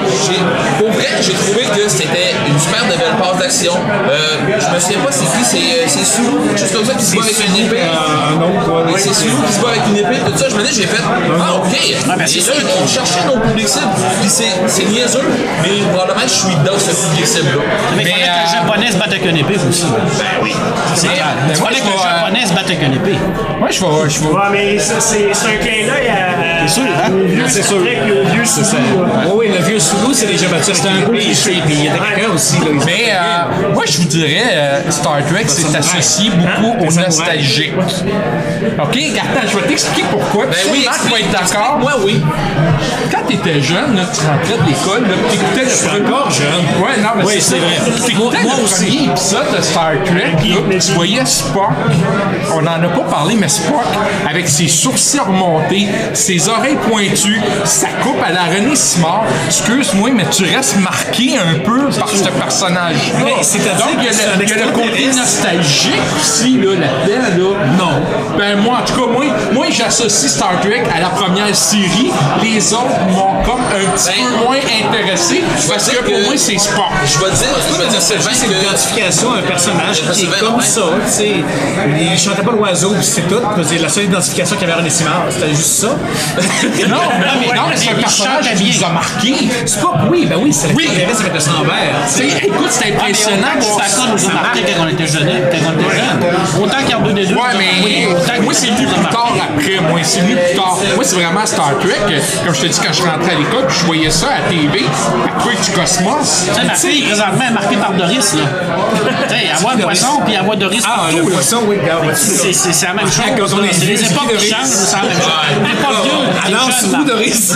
pour vrai, j'ai trouvé que c'était une super de belle passe d'action. Je me souviens pas c'est qui, c'est Sulu, quelque chose comme ça, qui se bat avec une épée. C'est Sulu qui se bat avec une épée, tout ça. Je me dis, j'ai fait, ok. C'est sûr qu'ils cherchaient nos publics cibles, puis c'est niaiseux, mais probablement je suis dans ce public cible-là. Mais il fallait que le japonais se batte avec une épée aussi. Ben oui. C'est clair. Il fallait que le japonais se batte avec une épée. Moi, je vais. Ouais, mais ça, c'est un clin d'œil à. C'est sûr, hein? C'est sûr. Le vieux Sulu. Oui, le vieux Sulu, c'est déjà battu avec un épée. Puis il y a quelqu'un aussi. Mais moi, je vous dirais, Star Trek, c'est associé beaucoup au nostalgique. OK? Attends, je vais t'expliquer pourquoi. Ben oui, Marc va être d'accord. Moi, oui. Quand t'étais jeune, là, tu rentrais de l'école, t'écoutais le premier. Encore jeune. Ouais, non, mais Oui, c'est vrai. T'écoutais le premier épisode de Star Trek, là, tu voyais Spock, on n'en a pas parlé, mais Spock, avec ses sourcils remontés, ses oreilles pointues, sa coupe à la René Simard, excuse-moi, mais tu restes marqué un peu par ce personnage-là. Mais c'est-à-dire Donc, il y a le côté nostalgique aussi, là-dedans, là. Non. Ben, moi, en tout cas, moi j'associe Star Trek à la première série. Les autres m'ont comme un petit peu moins intéressé, parce que pour moi, c'est Spock. Je vais dire, C'est l'identification à un personnage qui est comme ça. Tu sais, il chantait pas l'oiseau, puis c'est tout. C'est la seule identification qu'il y avait René Simard, c'était juste ça. Non, mais c'est un personnage qui nous a marqué. Spock, oui, c'est l'extraterrestre avec le sang vert. Écoute, c'est impressionnant. Ça nous a marqué quand on était jeunes. Autant qu'il y a deux des deux. Ouais, mais moi, c'est venu plus tard après. Moi, c'est venu plus tard. Moi, c'est vraiment Star Trek. Comme je te dis, quand je rentrais à l'école, je voyais ça à la TV, à Truc du Cosmos. Tu sais, ma fille, présentement, est marquée par Doris, là. Tu sais, elle voit un poisson, puis elle voit Doris partout. Le poisson, oui, c'est la même chose. Quand on est C'est vieux, les c'est époques qui, qui Doris? changent, c'est la même chose. On n'est pas vieux. Alors, sous Doris.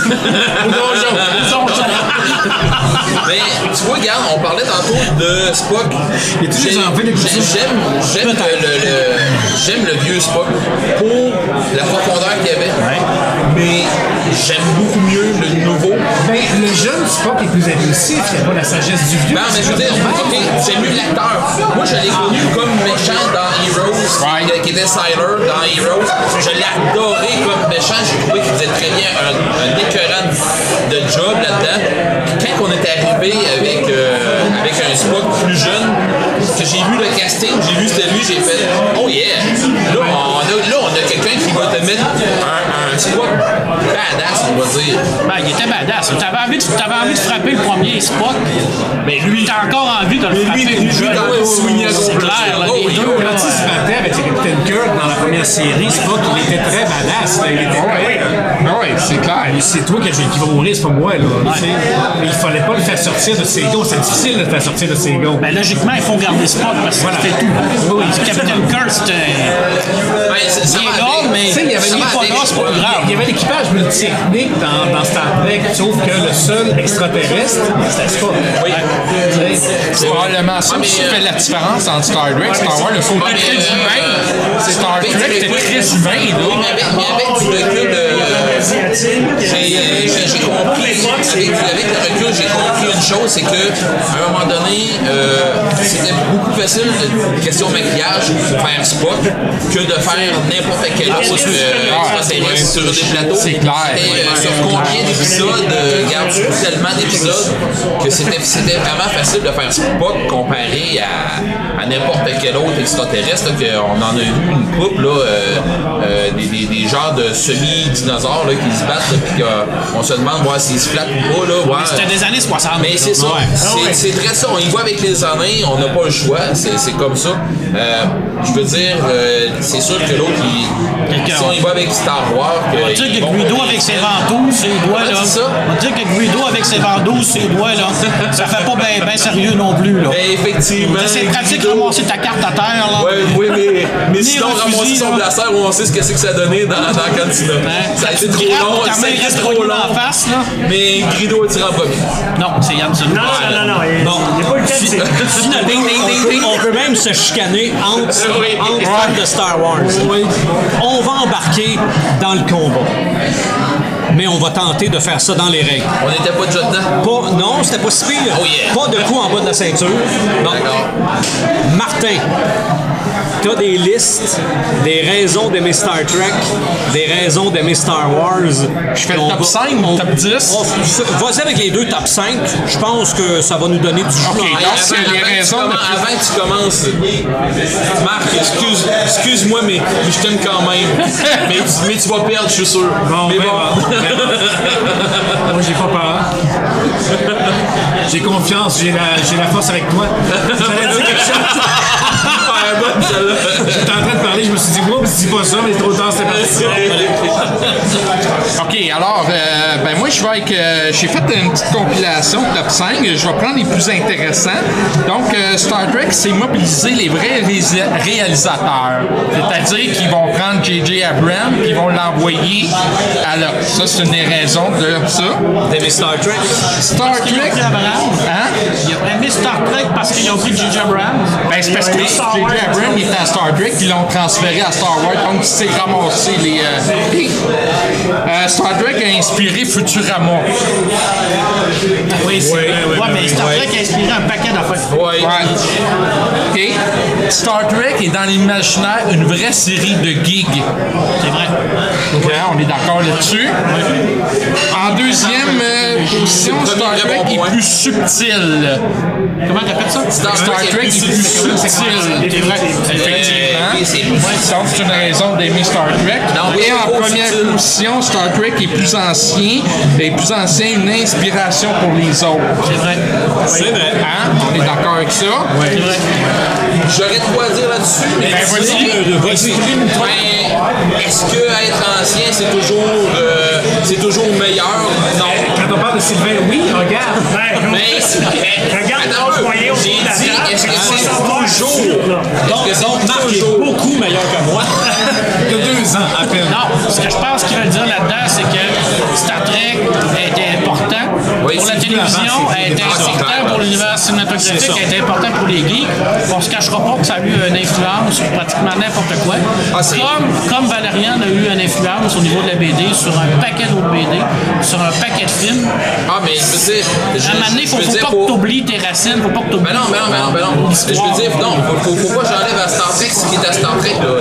Mais tu vois, regarde, on parlait tantôt de Spock. J'aime le vieux Spock pour la profondeur qu'il y avait. Mais j'aime beaucoup mieux le nouveau. Ben, le jeune Spock est plus impulsif, il n'y a pas la sagesse du vieux. Non, mais je veux dire, ok, j'aime mieux l'acteur. Moi, je l'ai connu comme méchant dans Heroes, qui était Siler dans Heroes. Je l'ai adoré comme méchant. J'ai trouvé qu'il faisait très bien un écœurant de job là-dedans. Puis quand on est arrivé avec un Spock plus jeune, que j'ai vu le casting, j'ai vu c'était lui, j'ai fait oh yeah! Là, on a quelqu'un qui va te mettre un Spock badass, on va dire. Ben, il était badass. T'avais envie de frapper le premier Spock, mais lui, t'as encore envie de le frapper. C'est clair, là, les deux. Quand il se battait avec Captain Kirk dans la première série, Spock, il était très badass. Là. Il était Oui, c'est clair. C'est toi qui va mourir, c'est pas moi. Là. Mais il fallait pas le faire sortir de ses gars. C'est difficile de le faire sortir de ses gars. Ben, logiquement, il faut garder Spock parce que c'était tout. Oui, Captain Kirk, c'était. Il est là, mais s'il n'est pas là, c'est pas grave. Il y avait l'équipage multi-ethnique dans Star Trek, sauf que le seul extraterrestre, c'était Spock. Oui. C'est probablement ça qui fait la différence entre Star Trek et Star Wars. Le côté très humain, c'est Star Trek, c'était très humain. Mais avec du recul, j'ai compris, avec le recul, j'ai compris une chose, c'est qu'à un moment donné, c'était beaucoup facile, question maquillage, faire Spock, que de faire n'importe quel autre extraterrestre sur des plateaux. C'est clair. Sur combien d'épisodes, regarde, tellement d'épisodes, que c'était vraiment facile de faire Spock comparé à n'importe quel autre extraterrestre, qu'on en a vu une couple, des genres de semi-dinosaures qui se battent, puis qu'on se demande s'ils se flattent ou pas. C'était des années 60. Mais c'est ça. C'est très ça. On y voit avec les années, on n'a pas le choix. C'est comme ça. Je veux dire, c'est sûr que l'autre, si on y va avec Star Wars... On va dire que Guido avec ses ventouses, ses doigts, là. On va dire que Guido avec ses ventouses, ses doigts, là, ça fait pas bien sérieux non plus, là. Mais effectivement. C'est pratique de ramasser ta carte à terre, là. Oui, mais sinon, ramasser son blaster, on sait ce que c'est que ça donnait dans la cantina. Ça a été trop long, ça a été trop long. Mais Guido a tiré en premier. Non, c'est Yann Solo. Non. Il n'y a pas le temps de Finalement, on peut même se chicaner entre fans de Star Wars. On va embarquer dans le combat. Mais on va tenter de faire ça dans les règles. On n'était pas déjà dedans? Non, c'était pas si pire. Oh yeah. Pas de coup en bas de la ceinture. D'accord. Martin, t'as des listes, des raisons d'aimer Star Trek, des raisons d'aimer Star Wars. Je fais le top 5 ou top 10? Vas-y avec les deux top 5. Je pense que ça va nous donner du jus. Avant que tu commences, Marc, excuse-moi, mais je t'aime quand même. mais tu vas perdre, je suis sûr. Moi, j'ai pas peur. J'ai confiance, j'ai la force avec toi. J'allais dire quelque chose. J'étais en train de parler, je me suis dit, moi, dis pas ça, mais trop tard, c'est parti. OK, alors, moi, je vais avec... j'ai fait une petite compilation top 5. Je vais prendre les plus intéressants. Donc, Star Trek, c'est mobiliser les vrais réalisateurs. C'est-à-dire qu'ils vont prendre J.J. Abrams et ils vont l'envoyer à l'heure. Ça, c'est une des raisons de ça. D'aimer Star Trek? Star Trek... Hein? Il a aimé Star Trek parce qu'ils ont pris J.J. Abrams. Ben, c'est parce que J.J. Abrams était à Star Trek, ils l'ont transféré à Star Wars, donc il s'est ramassé les... Star Trek a inspiré Futurama. Oui, c'est vrai. Ouais, mais Star Trek a inspiré un paquet d'affaires. Ouais. Et Star Trek est dans l'imaginaire une vraie série de gigs. C'est vrai. Okay, on est d'accord là-dessus. En deuxième position, Star Trek est plus subtil. Comment t'appelles ça? Star Trek est plus subtil. C'est vrai. Effectivement. Donc, c'est une raison d'aimer Star Trek. Et en première position, Star Trek est plus ancien. Et plus ancien, une inspiration pour les autres. C'est vrai. C'est vrai. Hein? On est d'accord avec ça? C'est vrai. J'aurais de quoi dire là-dessus. Mais Vas-y. Est-ce que être ancien, c'est toujours meilleur? Non. Quand on parle de Sylvain, oui, regarde. Regarde, j'ai dit, est-ce que c'est toujours? Donc, Marc est beaucoup meilleur que moi. Il y a 2 ans à peine. Non, ce que je pense qu'il veut dire là-dedans, c'est que Star Trek était important pour la télévision, elle était important pour l'univers cinématographique, elle était important pour les geeks. On se cachera pas que ça a eu une influence sur pratiquement n'importe quoi. Comme Valérian a eu une influence au niveau de la BD sur un paquet d'autres BD, sur un paquet de films. Ah, mais je veux dire... À un moment donné, faut pas que tu oublies tes racines, faut pas que tu oublies. Ben non. Je veux dire, non, faut pas que j'enlève à Star Trek ce qui est à Star Trek, là.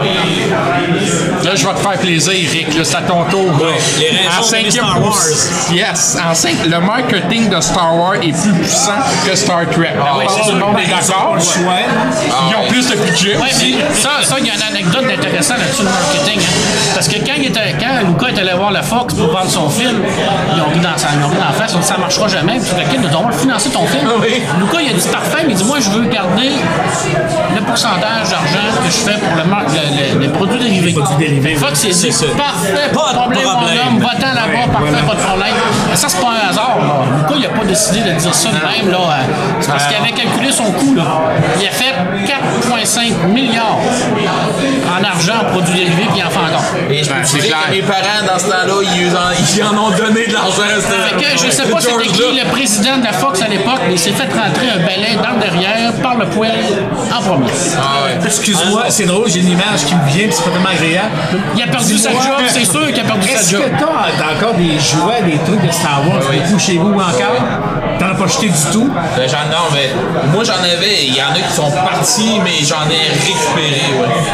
Là, je vais te faire plaisir, Rick. Là, c'est à ton tour. Les raisons de Star Wars. Yes. Le marketing de Star Wars est plus puissant que Star Trek. Tout le monde est d'accord. Ils ont plus de budget aussi. Ça, il y a une anecdote intéressante là-dessus, le marketing. Parce que quand Lucas est allé voir la Fox pour vendre son film, ils ont ri dans la face, ils ont dit ça marchera jamais. Puis le kid, on va financer ton film. Lucas, il a dit parfait, mais il dit moi, je veux garder le pourcentage d'argent que je fais pour les produits dérivés. Fox, il dit parfait, pas de problème, mon homme, va-t'en là-bas, parfait, pas de problème. Mais ça, c'est pas un hasard. Lucas, il n'a pas décidé de dire ça de même. C'est parce qu'il avait calculé son coût. Là. Il a fait 4,5 milliards en argent en produits dérivés, puis il en fait encore. Et je peux te dire que mes parents, dans ce temps-là, ils en ont donné de l'argent. Je sais pas c'était qui le président de la Fox à l'époque, mais il s'est fait rentrer un balai dans le derrière par le poêle en premier. Excuse-moi, c'est drôle, j'ai une image qui me vient, c'est pas tellement agréable. Il a perdu sa job, c'est sûr qu'il a perdu sa job. Est-ce que t'as encore des jouets, des trucs de Star Wars beaucoup chez vous encore? T'en as pas jeté du tout? Non, mais moi j'en avais, il y en a qui sont partis, mais j'en ai récupéré,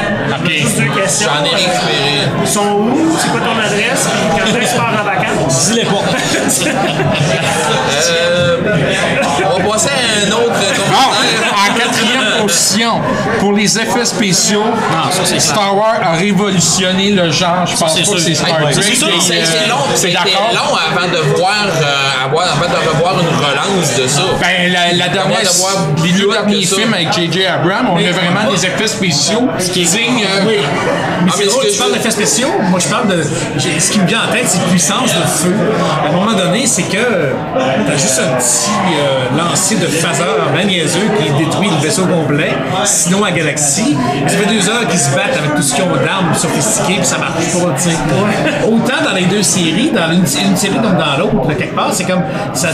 J'en ai récupéré. Ils sont où? C'est quoi ton adresse? Puis quand est-ce que tu pars en vacances? Dis-les pas. On va passer à un autre En quatrième position. Pour les effets spéciaux, Star Wars a révolutionné le genre. Je pense pas que c'est Star Trek. C'est long avant de revoir une relance de ça. Ben, les 2 derniers films avec J.J. Abrams, on a vraiment des effets spéciaux qui dignes. Mais c'est drôle, tu parles d'effets spéciaux. Moi, je parle de. Ce qui me vient en tête, c'est puissance de feu. À un moment donné, c'est que t'as juste un petit lancer de phaser bien niaiseux qui détruit le vaisseau complet. Sinon, à Galaxy, ça fait 2 heures qu'ils se battent avec tout ce qu'ils ont d'armes sophistiquées, puis ça marche pas, tu sais. Autant dans les 2 séries, dans une série comme dans l'autre, quelque part, c'est comme.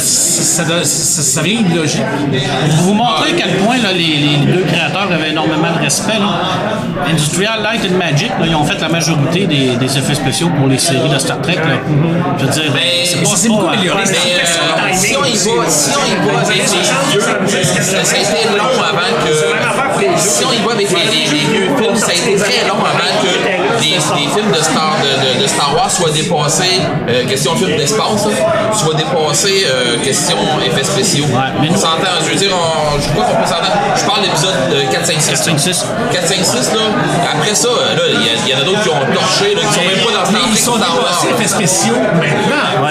Ça vient illogique. Pour vous montrer à quel point là, les 2 créateurs avaient énormément de respect, là. Industrial Light and Magic, là, ils ont fait la majorité des effets spéciaux pour les séries de Star Trek. Là. Je veux dire, c'est beaucoup amélioré. Si on y va, avec les vieux, ça a été long avant que. Si on y va avec les vieux films, ça a été très long avant que les films de Star Wars soient dépassés, question film d'espace, soient dépassés, question effets spéciaux. Ouais, on s'entend, je veux dire, je crois qu'on peut s'entendre. Je parle de l'épisode 4, 5, 6. 4, 5, 6, là. Après ça, là, il y en a d'autres qui ont torché, là, qui sont même pas dans Star Trek. Ils sont dépassés effets spéciaux maintenant.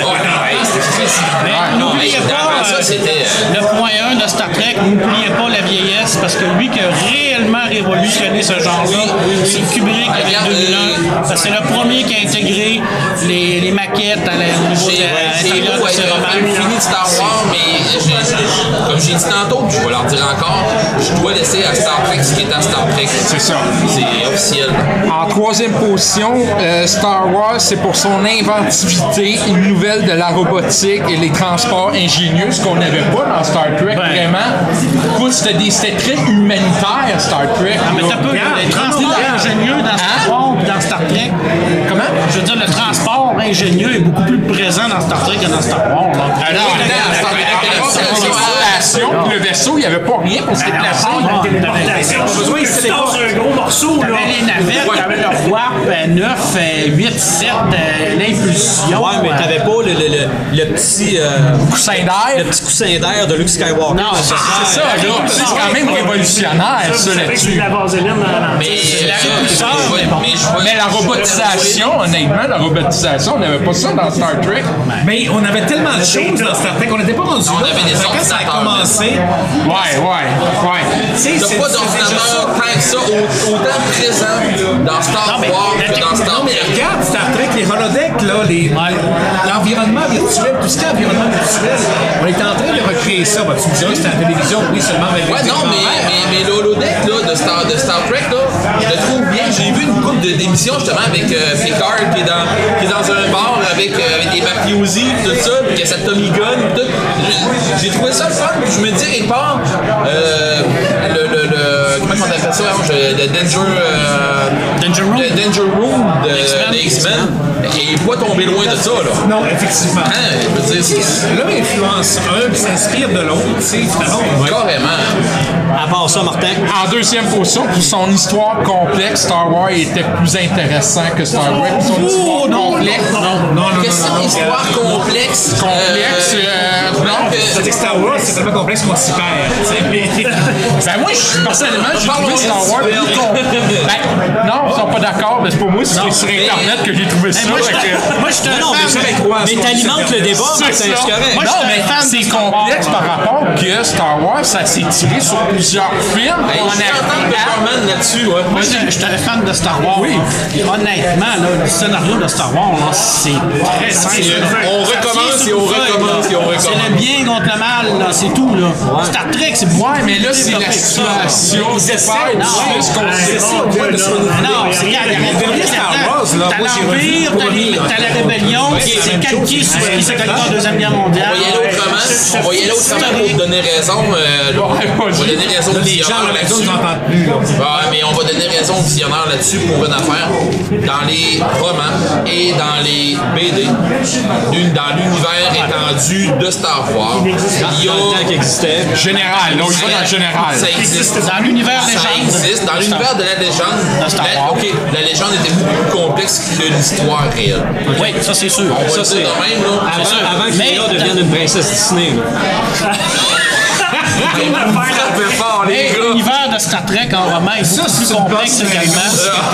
N'oubliez pas le point 1 de Star Trek, n'oubliez pas la vieillesse, parce que lui qui a réellement révolutionné ce genre-là, c'est Kubrick avec 2001. C'est le premier qui a intégré les maquettes au niveau de ses romans. Fini de Star Wars, mais comme j'ai dit tantôt, je vais leur dire encore, je dois laisser à Star Trek ce qui est à Star Trek. C'est ça. C'est officiel. En 3e position, Star Wars, c'est pour son inventivité, une nouvelle de la robotique et les transports ingénieux, ce qu'on n'avait pas dans Star Trek, vraiment. C'était très humanitaire, Star Trek. Mais t'as peu les transports ingénieux dans Star Wars et dans Star Trek. Comment? Je veux dire, le transport ingénieux est beaucoup plus présent dans Star Trek que dans Star Wars. Le vaisseau, il n'y avait pas rien pour se déplacer. C'est un gros morceau. Là. Les navettes, t'avais le warp 9, 8, 7, l'impulsion. Ouais, mais t'avais pas le petit coussin d'air. Le petit coussin d'air de Luke Skywalker. Non, c'est ça. C'est quand même révolutionnaire, ça, là-dessus. Mais la robotisation, honnêtement, on n'avait pas ça dans Star Trek. Mais on avait tellement de choses dans Star Trek, on n'était pas rendu là. Quand ça a commencé. Ouais. T'as pas d'ordinateur tant que ça, autant présent dans Star Wars que dans Star Trek. Mais regarde Star Trek, les holodecks, là, l'environnement virtuel, tout ce qui est environnement virtuel, on est en train de recréer ça. Tu me diras que c'était à la télévision, oui, seulement avec ouais, non, mais l'holodeck de Star Trek, là, je le trouve bien. J'ai vu une couple d'émissions justement avec Picard qui est dans un bar avec des mafiosi et tout ça, puis qu'il y a sa Tommy Gun et tout. J'ai trouvé ça le fun, puis je me dis, quelque part, comment on appelle ça, le Danger Room de X-Men, il n'est pas tombé loin de ça, là. Non, effectivement. Je veux dire, l'un influence un qui s'inspire de l'autre, tu sais, finalement. Carrément. À part ça, Martin. En 2e position, pour son histoire complexe, Star Wars était plus intéressant que Star Wars. Son histoire complexe. Non. Question histoire complexe. C'est que Star Wars, c'est tellement complexe qu'on s'y perd. Ben moi, personnellement, j'ai trouvé Star Wars plus complexe. Non, ils sont pas d'accord, mais c'est pas moi, c'est sur Internet que j'ai trouvé ça. Moi, je suis un fan. Mais t'alimentes le débat, c'est correct. Non, mais c'est complexe par rapport que Star Wars, ça s'est tiré sur plusieurs films. On a là-dessus, ouais. Moi, je suis un fan de Star Wars. Oui. Honnêtement, là, le scénario de Star Wars, c'est très simple. On recommence et on recommence et on recommence. C'est le bien contre le mal, là, c'est tout, là. Star Trek, c'est beaucoup. Ouais, mais là, c'est la situation. C'est ça. Non, c'est t'as l'Empire, t'as la rébellion, c'est calqué sur ce qui s'est calqué en Deuxième Guerre mondiale. On va y aller autrement pour donner raison. On va donner raison au visionnaire là-dessus. Ouais, mais on va donner raison au visionnaire là-dessus pour une affaire. Dans les romans et dans les BD, dans l'univers étendu de Star Wars, il y a qui existait. Général, là, on va dans le général. Ça existe. Dans l'univers légende. Ça existe. Dans l'univers de la légende. La légende était beaucoup plus complexe que l'histoire réelle. Oui, ça c'est sûr. Ça c'est de même, là. Avant que Léa devienne une princesse Disney. L'univers de Star Trek en roman est beaucoup plus complexe également.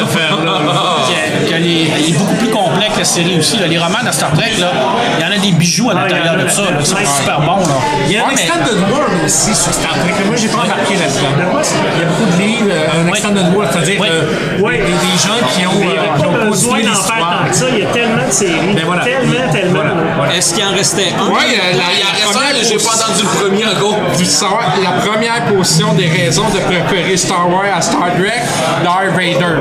Il est beaucoup plus complexe que la série aussi. Là. Les romans de Star Trek, là, il y en a des bijoux à l'intérieur de ça. Là. C'est super bon. Là. Il y a un extended world aussi sur Star Trek. Moi, j'ai pas embarqué là-dedans. Il y a beaucoup de livres, un extended world, c'est-à-dire des gens qui ont besoin d'en faire tant que ça. Il y a tellement de séries. Tellement. Est-ce qu'il en restait un? Oui, il y en reste un, j'ai pas entendu le premier encore. La première position des raisons de préférer Star Wars à Star Trek, Darth Vader.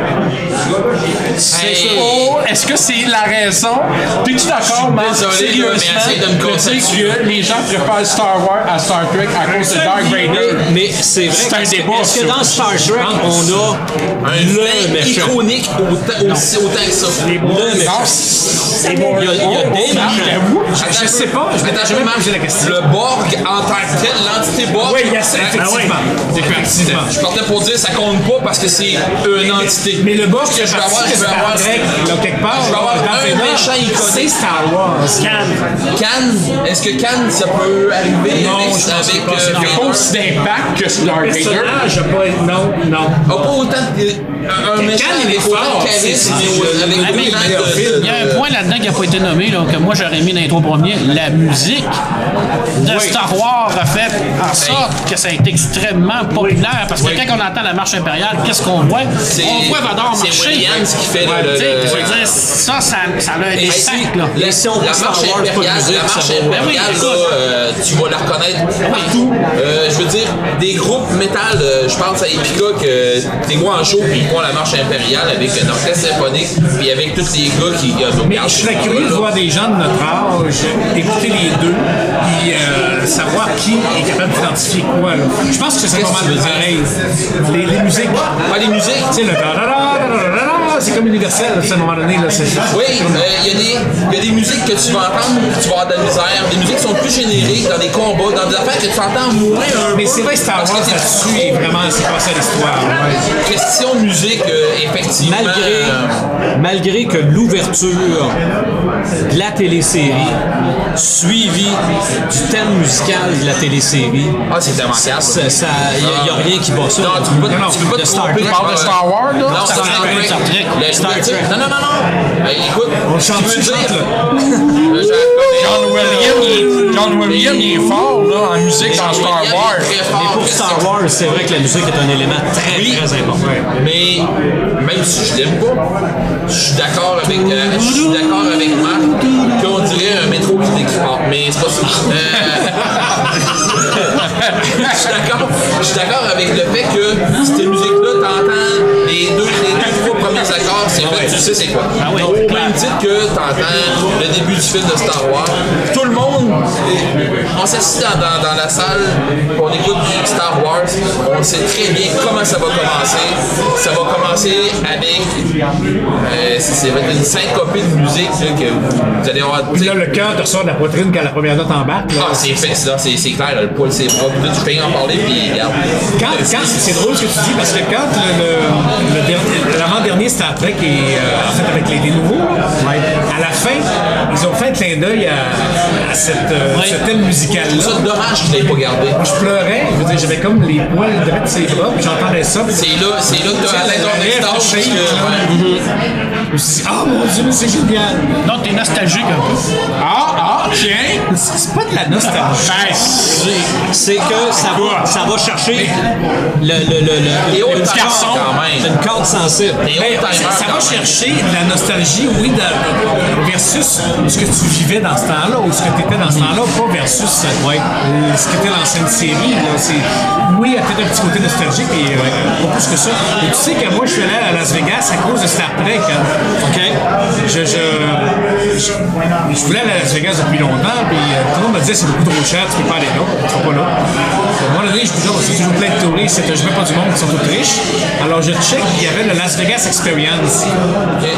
Est-ce que c'est la raison? T'es-tu d'accord, Marc? Sérieusement, de dire que les gens préfèrent Star Wars à Star Trek à cause de Darth Vader? Mais c'est vrai. C'est un débat. Est-ce que dans Star Trek, on a un méchant iconique autant que ça? Le méchant. Il y a des méchants. Je sais pas. Je vais poser la question. Le Borg en tant que tel, l'entité Borg. Oui, il y a ça, effectivement. Je partais pour dire ça compte pas parce que c'est une entité. Mais le Borg, je vais avoir quelque part. Je vais avoir un méchant iconique. C'est Star Wars. Khan. Est-ce que Khan, ça peut arriver avec il n'y a pas aussi d'impact que sur Darth Vader. Non. Pas autant un méchant avec autant de charisme. Il y a un point là-dedans qui n'a pas été nommé, là, que moi j'aurais mis dans les 3 premiers. La musique de Star Wars a fait en sorte que ça a été extrêmement populaire. Parce que quand on entend la marche impériale, qu'est-ce qu'on voit? On voit Vador marcher. C'est Williams qui fait ça a un impact. La marche impériale, tu vas la reconnaître partout. Je veux dire, des groupes métal, je pense à Epica, que t'es vois en show, puis ils font la marche impériale avec un orchestre symphonique, puis avec tous les gars qui... Mais je serais curieux de voir des gens de notre âge écouter les deux, puis savoir qui est capable d'identifier quoi. Là. Je pense que c'est pas mal de pareil. Les musiques. Pas les musiques? Tu sais, le c'est comme universel à un moment donné. Là, oui, il y a des musiques que tu vas entendre, tu vas avoir de la misère. Des musiques qui sont plus génériques dans des combats, dans des affaires que tu entends moins un peu. Mais c'est vrai que Star Wars là-dessus est vraiment c'est passé à l'histoire. Question de musique, effectivement. Malgré que l'ouverture de la télésérie suivie du thème musical de la télésérie. C'est tellement clair. Il n'y a rien qui bat ça. Non, tu peux pas te tromper. Tu parles de Star Wars, là? Non, Star Trek. Non. Écoute, on chante tu veux dire. John Williams, il est fort, là, en musique dans Star Wars. Mais pour Star Wars, c'est vrai que la musique est un élément très important. Mais même si je l'aime pas, je suis d'accord avec Marc qu'on dirait un métro qui part. Mais c'est pas ça. Je suis d'accord avec le fait que cette musique-là, t'entends les deux, trois premiers accords, c'est vrai, tu sais c'est quoi. Donc, au même titre que t'entends le début du film de Star Wars, tout le monde, on s'assit dans la salle, on écoute Star Wars, on sait très bien comment ça va commencer. Ça va commencer avec ça va être une syncopée de musique là, que vous allez avoir. Là, le cœur te ressort de la poitrine quand la première note embarque. C'est fait, c'est clair, là, le poil c'est bras, puis là tu peux en parler, puis regarde. C'est drôle ce que tu dis, parce que quand l'avant-dernier Star Trek est en fait avec les nouveaux, à la fin, ils ont fait un clin d'œil à ce thème musical-là. C'est dommage qu'ils l'aient pas gardé. Je pleurais, je veux dire, j'avais comme les poils de ses bras, puis j'entendais ça. C'est là que tu as atteint ton extase. Je me suis dit, mon Dieu, mais c'est génial. Non, t'es nostalgique un peu. Tiens. C'est pas de la nostalgie. C'est que ça va chercher une corde sensible. Ça va chercher de la nostalgie, oui, versus ce que tu vivais dans ce temps-là, ou ce que tu étais dans ce temps-là, pas versus ce que était l'ancienne série. Là. Oui, il y a peut-être un petit côté nostalgique, mais pas plus que ça. Et tu sais que moi, je suis allé à Las Vegas à cause de Star Trek. Hein. OK. Je voulais aller à Las Vegas depuis longtemps, puis tout le monde me disait c'est beaucoup trop cher, tu peux pas aller là, tu seras pas là. À un moment donné, je me disais, c'est toujours plein de touristes, je mets pas du monde qui sont tous riches. Alors je check, il y avait le Las Vegas Experience qui était au Las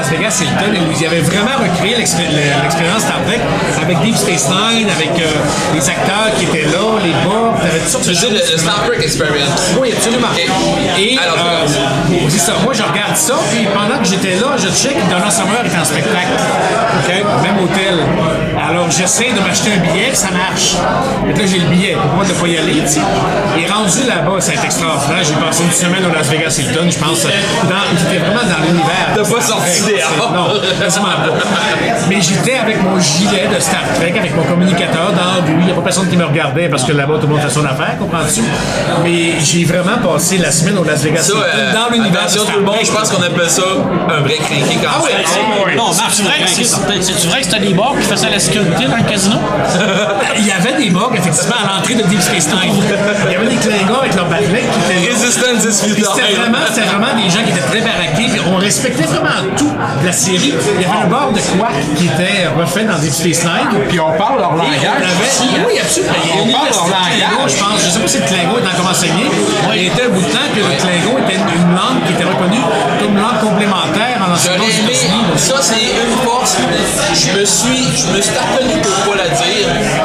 Las Vegas Hilton où ils avaient vraiment recréé l'expérience Star Trek avec Deep Space Nine, avec les acteurs qui étaient là, les bars, t'avais toutes sortes de choses. Le Star Trek Experience. Oui, absolument. Et c'est ça, moi je regarde ça, puis pendant que j'étais là, je check que Donna Summer est en spectacle. Même hôtel. Alors j'essaie de m'acheter un billet, ça marche. Et là j'ai le billet, pour moi de ne pas y aller, tu sais. Et rendu là-bas, ça a été extraordinaire. J'ai passé une semaine au Las Vegas Hilton, je pense. J'étais vraiment dans l'univers. T'as pas sorti des Non, quasiment pas. Mais j'étais avec mon gilet de Star Trek, avec mon communicateur dans il n'y a pas personne qui me regardait parce que là-bas, tout le monde fait son affaire, comprends-tu? Mais j'ai vraiment passé la semaine au Las Vegas Hilton, dans l'univers de Star Trek. Tout le monde, je pense qu'on appelle ça un vrai crinqué quand même. Non, c'est vrai que c'était des bars qui faisaient la sécurité dans le casino? Il y avait des bugs, effectivement, à l'entrée de Deep Space Nine. Il y avait des Klingons avec leur backlight qui étaient Resistance is futile. C'était vraiment des gens qui étaient très baraqués. Puis on respectait vraiment tout de la série. Il y avait un bar de quoi qui était refait dans Deep Space Nine. Puis on parle leur langage. Oui, absolument. On parle leur langage. Je pense. Je sais pas si le Klingon est encore enseigné. Il était un bout de temps que le Klingon était une langue qui était reconnue comme une langue complémentaire en enseignement aux États-Unis. Ça, c'est une force. Je me suis reconnu pour pas la dire.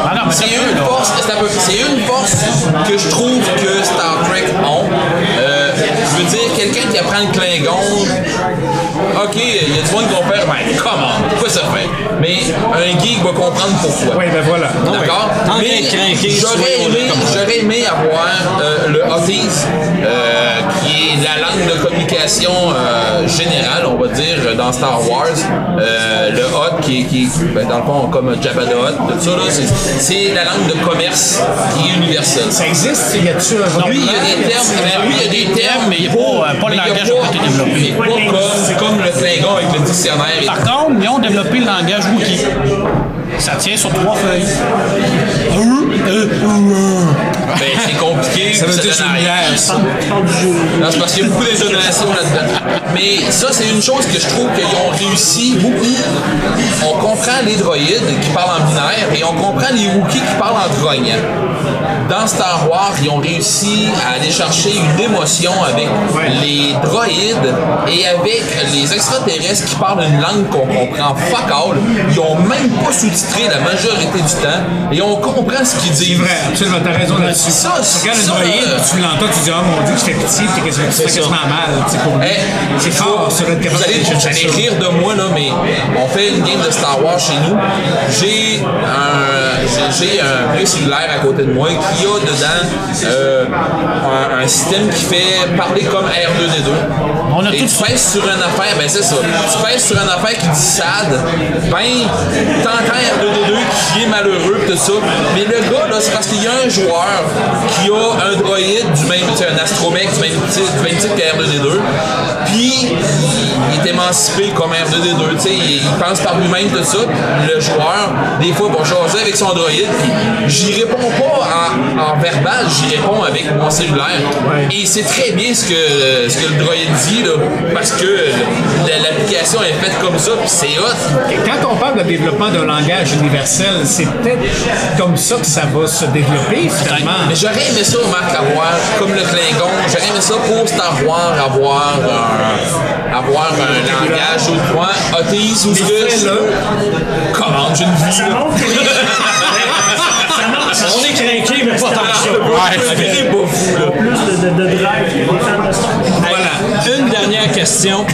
C'est une force que je trouve que Star Trek ont. Je veux dire, quelqu'un qui apprend le Klingon, ok, il y a du monde qui vont faire, ben, comment? Pourquoi ça fait? Mais un geek va comprendre pourquoi. Oui, ben voilà. D'accord? Mais j'aurais aimé avoir le Hotties, qui est la langue de communication générale, on va dire, dans Star Wars. Le Hot, qui est, ben, dans le fond, comme Jabba the Hutt, tout ça, là, c'est la langue de commerce qui est universelle. Ça existe? Y a-tu un Oui, il y a des termes, il y a des termes, mais il n'y a pas le langage qui a été développé. C'est comme le Klingon avec le dictionnaire. Par contre, ils ont développé le langage Wookiee. Ça tient sur 3 feuilles. Ben, c'est compliqué. Ça veut dire que c'est une bière. Non, c'est parce qu'il y a beaucoup d'intonations là-dedans. Mais ça, c'est une chose que je trouve qu'ils ont réussi beaucoup. On comprend les droïdes qui parlent en binaire et on comprend les Wookiees qui parlent en grognant. Dans Star Wars, ils ont réussi à aller chercher une émotion avec les droïdes et avec les extraterrestres qui parlent une langue qu'on comprend fuck all. Ils ont même pas sous-titré la majorité du temps et on comprend ce qu'ils disent. C'est vrai, absolument, t'as raison là-dessus. Ça, tu regardes une droïde, tu l'entends, tu dis, oh mon Dieu, tu fais pitié, tu fais quasiment mal. C'est fort sur être capable d'aller chercher ça. Vous allez rire de moi, là, mais on fait une game de Star Wars chez nous. J'ai un vieux cellulaire à côté de moi qui a dedans un système qui fait parler comme R2D2. On a et tout tu pèses sur une affaire, ben c'est ça. Tu pèses sur une affaire qui dit sad, ben t'entends R2D2 qui est malheureux pis tout ça. Mais le gars, là, c'est parce qu'il y a un joueur qui a un droïde du même, un astromech du même type que R2D2. Puis il est émancipé comme R2D2, tu sais, il pense par lui-même tout ça. Le joueur, des fois, va jaser avec son droïde, puis j'y réponds pas en verbal, j'y réponds avec mon cellulaire. Et c'est très bien ce que le droïde dit, là, parce que l'application est faite comme ça, puis c'est hot. Quand on parle de développement d'un langage universel, c'est peut-être comme ça que ça va se développer, finalement. Mais j'aurais aimé ça, Marc, avoir, comme le Klingon, j'aurais aimé ça pour Star Wars, avoir un langage au point, Hotties ou ce que commande, j'ai une vie. Ça montre que On est craqué, mais pas tant que ça. C'est pas fou, là. plus de drive que les fans de Star Wars. Voilà. Une dernière question.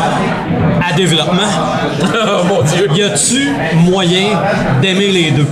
À développement. Oh mon Dieu. Y a-tu moyen d'aimer les deux?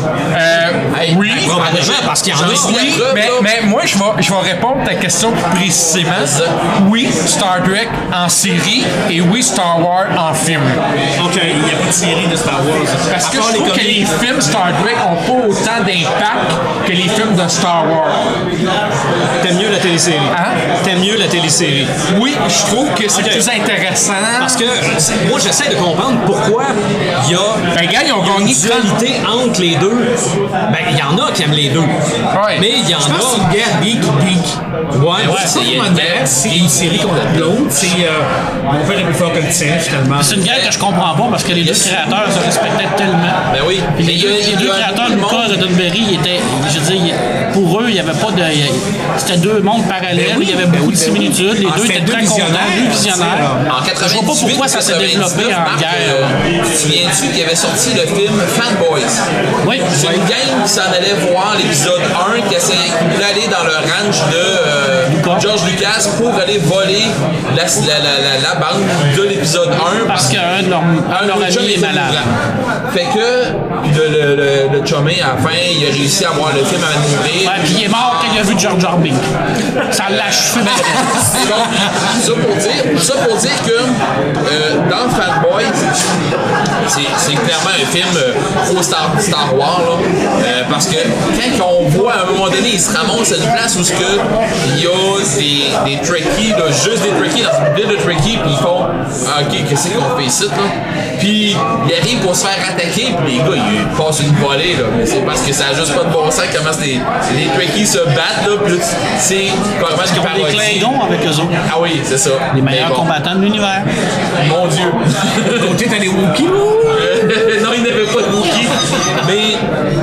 Oui, Probablement, parce qu'il y en a. oui, mais moi, je vais répondre à ta question plus précisément. Oui, Star Trek en série et oui, Star Wars en film. OK, il n'y a pas de série de Star Wars. Parce que je trouve que les films Star Trek n'ont pas autant d'impact que les films de Star Wars. T'aimes mieux la télésérie? Hein? T'aimes mieux la télésérie? Oui, je trouve que c'est plus intéressant. Parce que moi, j'essaie de comprendre pourquoi il y a Ben, gars, ils ont gagné une dualité entre les deux. Ben, il y en a qui aiment les deux. Mais il y en a... C'est une guerre geek. Ouais, C'est une série qu'on a de l'autre. C'est mon père est plus fort que le tien, finalement. C'est une guerre que je comprends pas parce que les deux créateurs se respectaient tellement. Ben oui. Puis les deux créateurs, Lucas et Roddenberry, étaient, je veux dire, pour eux, il n'y avait pas de. C'était deux mondes parallèles, il y avait beaucoup de similitudes. Les deux étaient très contents. deux visionnaires. En 98, je vois pas pourquoi ça s'est développé en guerre. Tu te souviens-tu qu'il avait sorti le film Fanboys? Oui. C'est une gang qui s'en allait voir l'épisode 1, qui voulait aller dans le ranch de George Lucas pour aller voler la bande de l'épisode 1. Parce qu'un de leurs amis est malade. Fait que le chumé, à la fin, il a réussi à voir le film avant de mourir. Ouais, puis il est mort quand il a vu Jar Jar Binks. Ça l'a achevé. Ça pour dire que dans Fanboys, c'est clairement un film pro Star Wars, là, parce que quand on voit à un moment donné, il se ramasse à une place où il y a des Trekkies, juste des Trekkies dans une ville de Trekkies, puis ils font OK, qu'est-ce qu'on fait ici, là? Puis il arrive pour se faire attaquer, puis les gars, ils passent une volée, là, mais c'est parce que ça a juste pas de bon sens comment les Trekkies se battent, là, puis c'est comment je parle des Klingons avec eux autres. Ah oui, c'est ça. Les meilleurs combattants de l'univers. Mon Dieu. De côté, t'as les Wookiees. Non, il n'avait pas de Wookiees. Mais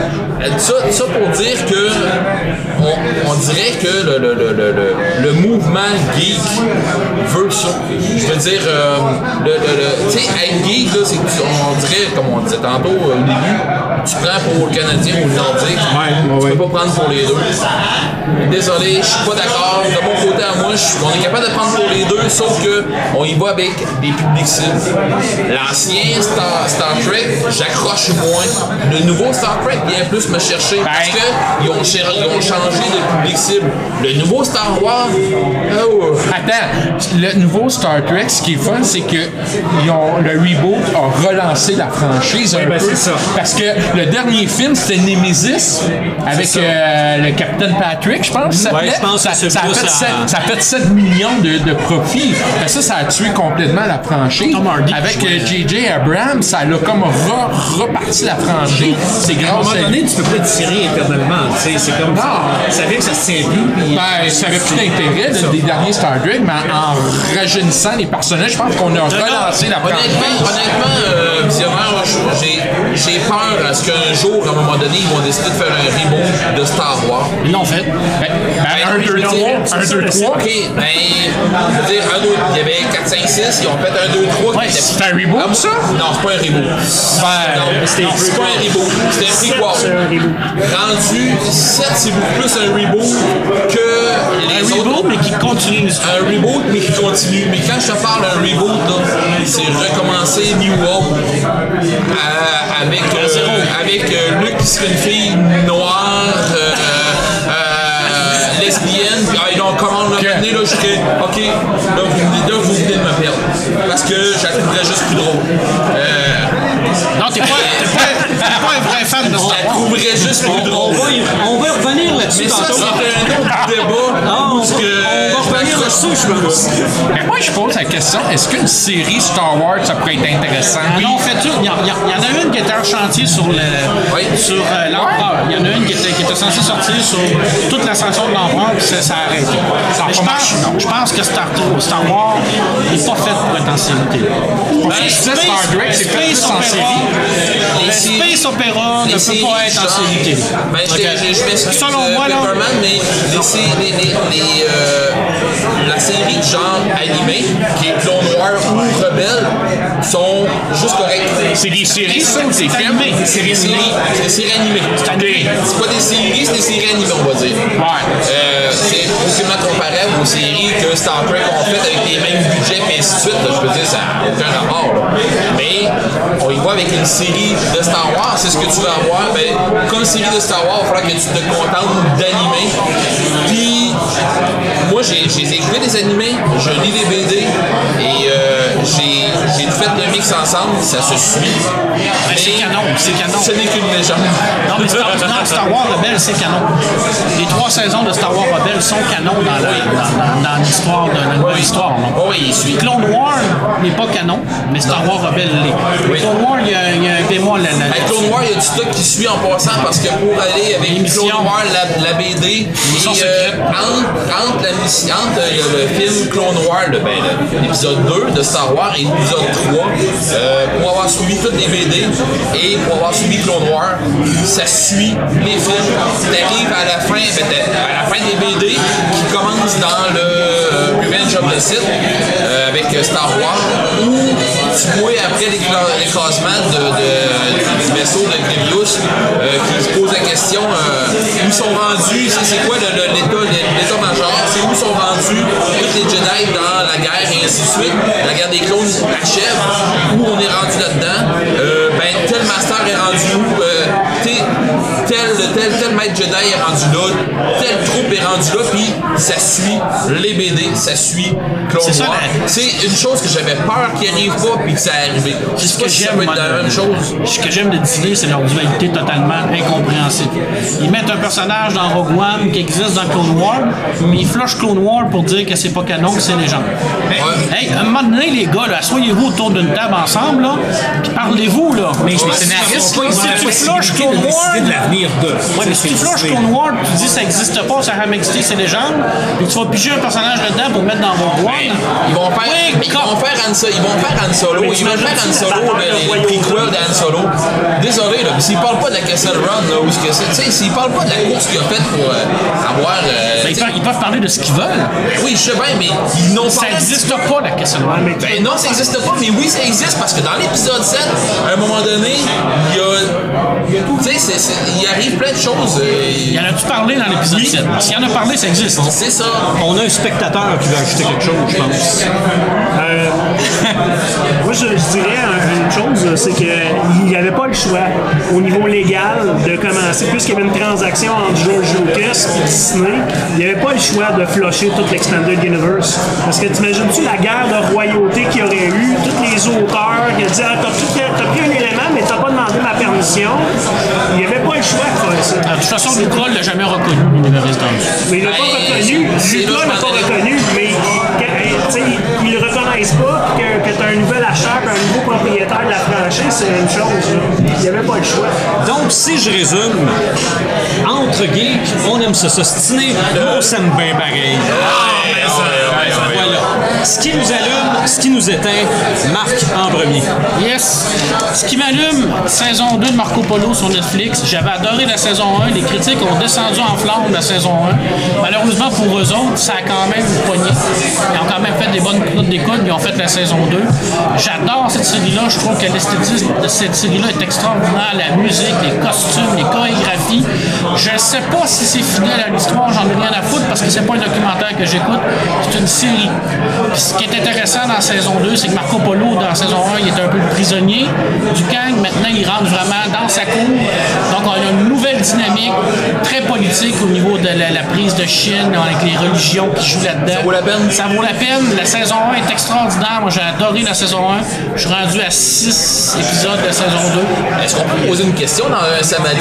ça pour dire que on dirait que le mouvement geek veut ça. Je veux dire, tu sais, être geek, là, c'est que on dirait, comme on disait tantôt au début, tu prends pour le Canadien ou le Nordique. Tu peux pas prendre pour les deux. Désolé, je suis pas d'accord. De mon côté à moi, on est capable de prendre pour les deux, sauf que on y va avec des publics cibles. L'ancien Star Trek, j'accroche moins. Le nouveau Star Trek vient plus me chercher parce qu'ils ont changé de public cible. Le nouveau Star Wars... Attends, le nouveau Star Trek, ce qui est fun, c'est que le reboot a relancé la franchise un peu. C'est ça. Parce que le dernier film, c'était Nemesis, avec le Captain Patrick, je pense. Ça a fait 7 millions de profits. Mais ça a tué complètement la franchise. Avec J.J. Abrams, ça a comme reparti la franchise. C'est grâce à un moment donné, tu peux pas tirer éternellement. C'est comme ça fait que ça se tient plus. Ça avait plus d'intérêt des derniers Star Trek, mais en rajeunissant les personnages, je pense qu'on a relancé la franchise. Honnêtement, visionnaire, j'ai peur à ce qu'un jour, à un moment donné, ils vont décider de faire un reboot de Star Wars. Ils l'ont fait. 1, 2, 3. OK, je veux dire, il y avait 4, 5, 6, ils ont fait 1, 2, 3. C'est un reboot, ça? Non, c'est pas un reboot. C'est pas un reboot. C'est un prequel. Rendu 7, c'est beaucoup plus un reboot que les autres. Un reboot, mais qui continue l'histoire. Un reboot, mais qui continue. Mais quand je te parle d'un reboot, c'est recommencer New Hope avec Luke qui serait une fille noire, lesbienne, puis donc comment là, maintenant, là, j'étais, OK, là, vous venez de me perdre. Parce que je la trouverais juste plus drôle. Non, t'es pas un vrai fan de Star Wars. Je la trouverais juste plus drôle. On va revenir là-dessus mais ça, tantôt. c'est un autre débat. On va revenir là-dessus, je pense. Mais moi, je pose la question, est-ce qu'une série Star Wars, ça pourrait être intéressant? Non, on fait tout. Il y en a une qui était en chantier sur l'Empereur. Il y en a une qui était censée sortir sur toute l'ascension de l'Empereur, puis ça a arrêté. Je pense que Star Wars n'est pas fait pour être en série. Star Trek, c'est fait plus en série. Le Space Opera ne peut pas être en série télé. Je m'excuse, selon moi, Pepperman, mais la série de genre animé, qui est Clone Wars ou Rebelle, sont juste correctes. C'est des séries, ça, ou des films? C'est des séries animées. C'est pas des séries, c'est des séries animées, on va dire. C'est aucunement comparable aux séries que Star Trek ont faites avec les mêmes budgets, et ainsi de suite. Je peux dire, ça n'a aucun rapport. Mais on y va avec une série de Star Wars, c'est ce que tu vas avoir. Comme série de Star Wars, il va falloir que tu te contentes d'animer. Puis, moi, j'ai écouté des animés, je lis des BD, et j'ai fait le mix ensemble, ça se suit. C'est canon. Ce n'est qu'une légende. Non, mais Star Wars Rebelle, c'est canon. Les 3 saisons de Star Wars Rebelle sont canon dans l'histoire, dans la nouvelle histoire. Oui, il suit. Clone Wars n'est pas canon, mais Star Wars Rebelle l'est. Oui. Clone Wars, il y a un bémol là-dedans. Avec Clone Wars, il y a du stock qui suit en passant parce que pour aller avec Clone Wars, la BD, et entre le film Clone Wars, l'épisode 2 de Star Wars et l'épisode 3, pour avoir suivi toutes les BD et pour avoir suivi Clone Wars, ça suit les films. T'arrives à la fin des BD qui commence dans le Revenge mash-up de site avec Star Wars où tu vois après l'écrasement du vaisseau de Grievous qui se pose la question où sont rendus, c'est quoi l'état-major, c'est où sont rendus tous les Jedi dans la guerre et ainsi de suite. La guerre des clones achève, où on est rendu là-dedans, tel master est rendu où, tel maître Jedi est rendu là, telle troupe est rendu là, puis ça suit les BD, ça suit Clone Wars. C'est une chose que j'avais peur qu'il arrive pas, puis que ça arrive. Je sais pas si ça peut être la même chose. Ce que j'aime de Disney, c'est leur dualité totalement incompréhensible. Ils mettent un personnage dans Rogue One qui existe dans Clone Wars, mais ils flushent Clone Wars pour dire que c'est pas canon, que c'est légende. Hey, à un moment donné, les gars, là, soyez-vous autour d'une table ensemble, là, puis parlez-vous, là. Mais les scénaristes, si tu flushes Clone Wars, de l'avenir de. Ouais, mais si tu flushes Clone Wars, tu dis que ça n'existe pas, ça a jamais existé, c'est légende, puis tu vas piger un personnage là-dedans pour le mettre dans Rogue One. Ils vont faire Han Solo, les prequels d'Han Solo. Désolé, là, mais s'ils parlent pas de la Kessel Run, là, ou ce que c'est, tu sais, s'ils parlent pas de la course qu'il a faite pour avoir. Ils peuvent parler de ce qu'ils veulent. Oui, je sais bien, mais ils n'ont pas. Ça n'existe pas, la Kessel Run. Non, ça n'existe pas, mais oui, ça existe parce que dans l'épisode 7, à un moment donné, il y a. Tu sais, il arrive plein de choses. Il en a-tu parlé dans l'épisode 7? S'il y en a parlé, ça existe. C'est ça. On a un spectateur qui veut ajouter quelque chose, je pense. Moi, je dirais une chose, c'est qu'il n'y avait pas le choix au niveau légal de commencer, puisqu'il y avait une transaction entre George Lucas et Disney, il n'y avait pas le choix de flusher toute l'Extended Universe. Parce que t'imagines-tu la guerre de royauté qu'il y aurait eu, tous les auteurs qui ont dit t'as pris un élément, mais t'as pas demandé ma permission. Il n'y avait pas le choix de faire ça. De toute façon, Lucas l'a jamais reconnu, l'univers étendu. Mais il l'a pas reconnu. Lucas l'a pas reconnu, mais ils le reconnaissent pas que tu as un nouvel acheteur, un nouveau propriétaire de la franchise, c'est une chose. Il n'y avait pas le choix. Donc, si je résume, entre geeks, on aime se s'ostiner, on s'aime bien pareil. Voilà. Ce qui nous allume, ce qui nous éteint, Marc en premier. Yes. Ce qui m'allume, saison 2 de Marco Polo sur Netflix. J'avais adoré la saison 1. Les critiques ont descendu en flamme la saison 1. Malheureusement pour eux autres, ça a quand même poigné. Ils ont quand même fait des bonnes notes d'écoute. Ils ont fait la saison 2. J'adore cette série-là. Je trouve que l'esthétisme de cette série-là est extraordinaire. La musique, les costumes, les chorégraphies. Je ne sais pas si c'est fidèle à l'histoire. J'en ai rien à foutre parce que c'est pas un documentaire que j'écoute. C'est une série. Puis ce qui est intéressant dans la saison 2, c'est que Marco Polo, dans la saison 1, il est un peu le prisonnier du gang. Maintenant, il rentre vraiment dans sa cour. Donc, on a une nouvelle dynamique très politique au niveau de la prise de Chine, avec les religions qui jouent là-dedans. Ça vaut la peine? Ça vaut la peine. La saison 1 est extraordinaire. Moi, j'ai adoré la saison 1. Je suis rendu à 6 épisodes de la saison 2. Est-ce qu'on peut poser une question dans un Samadou?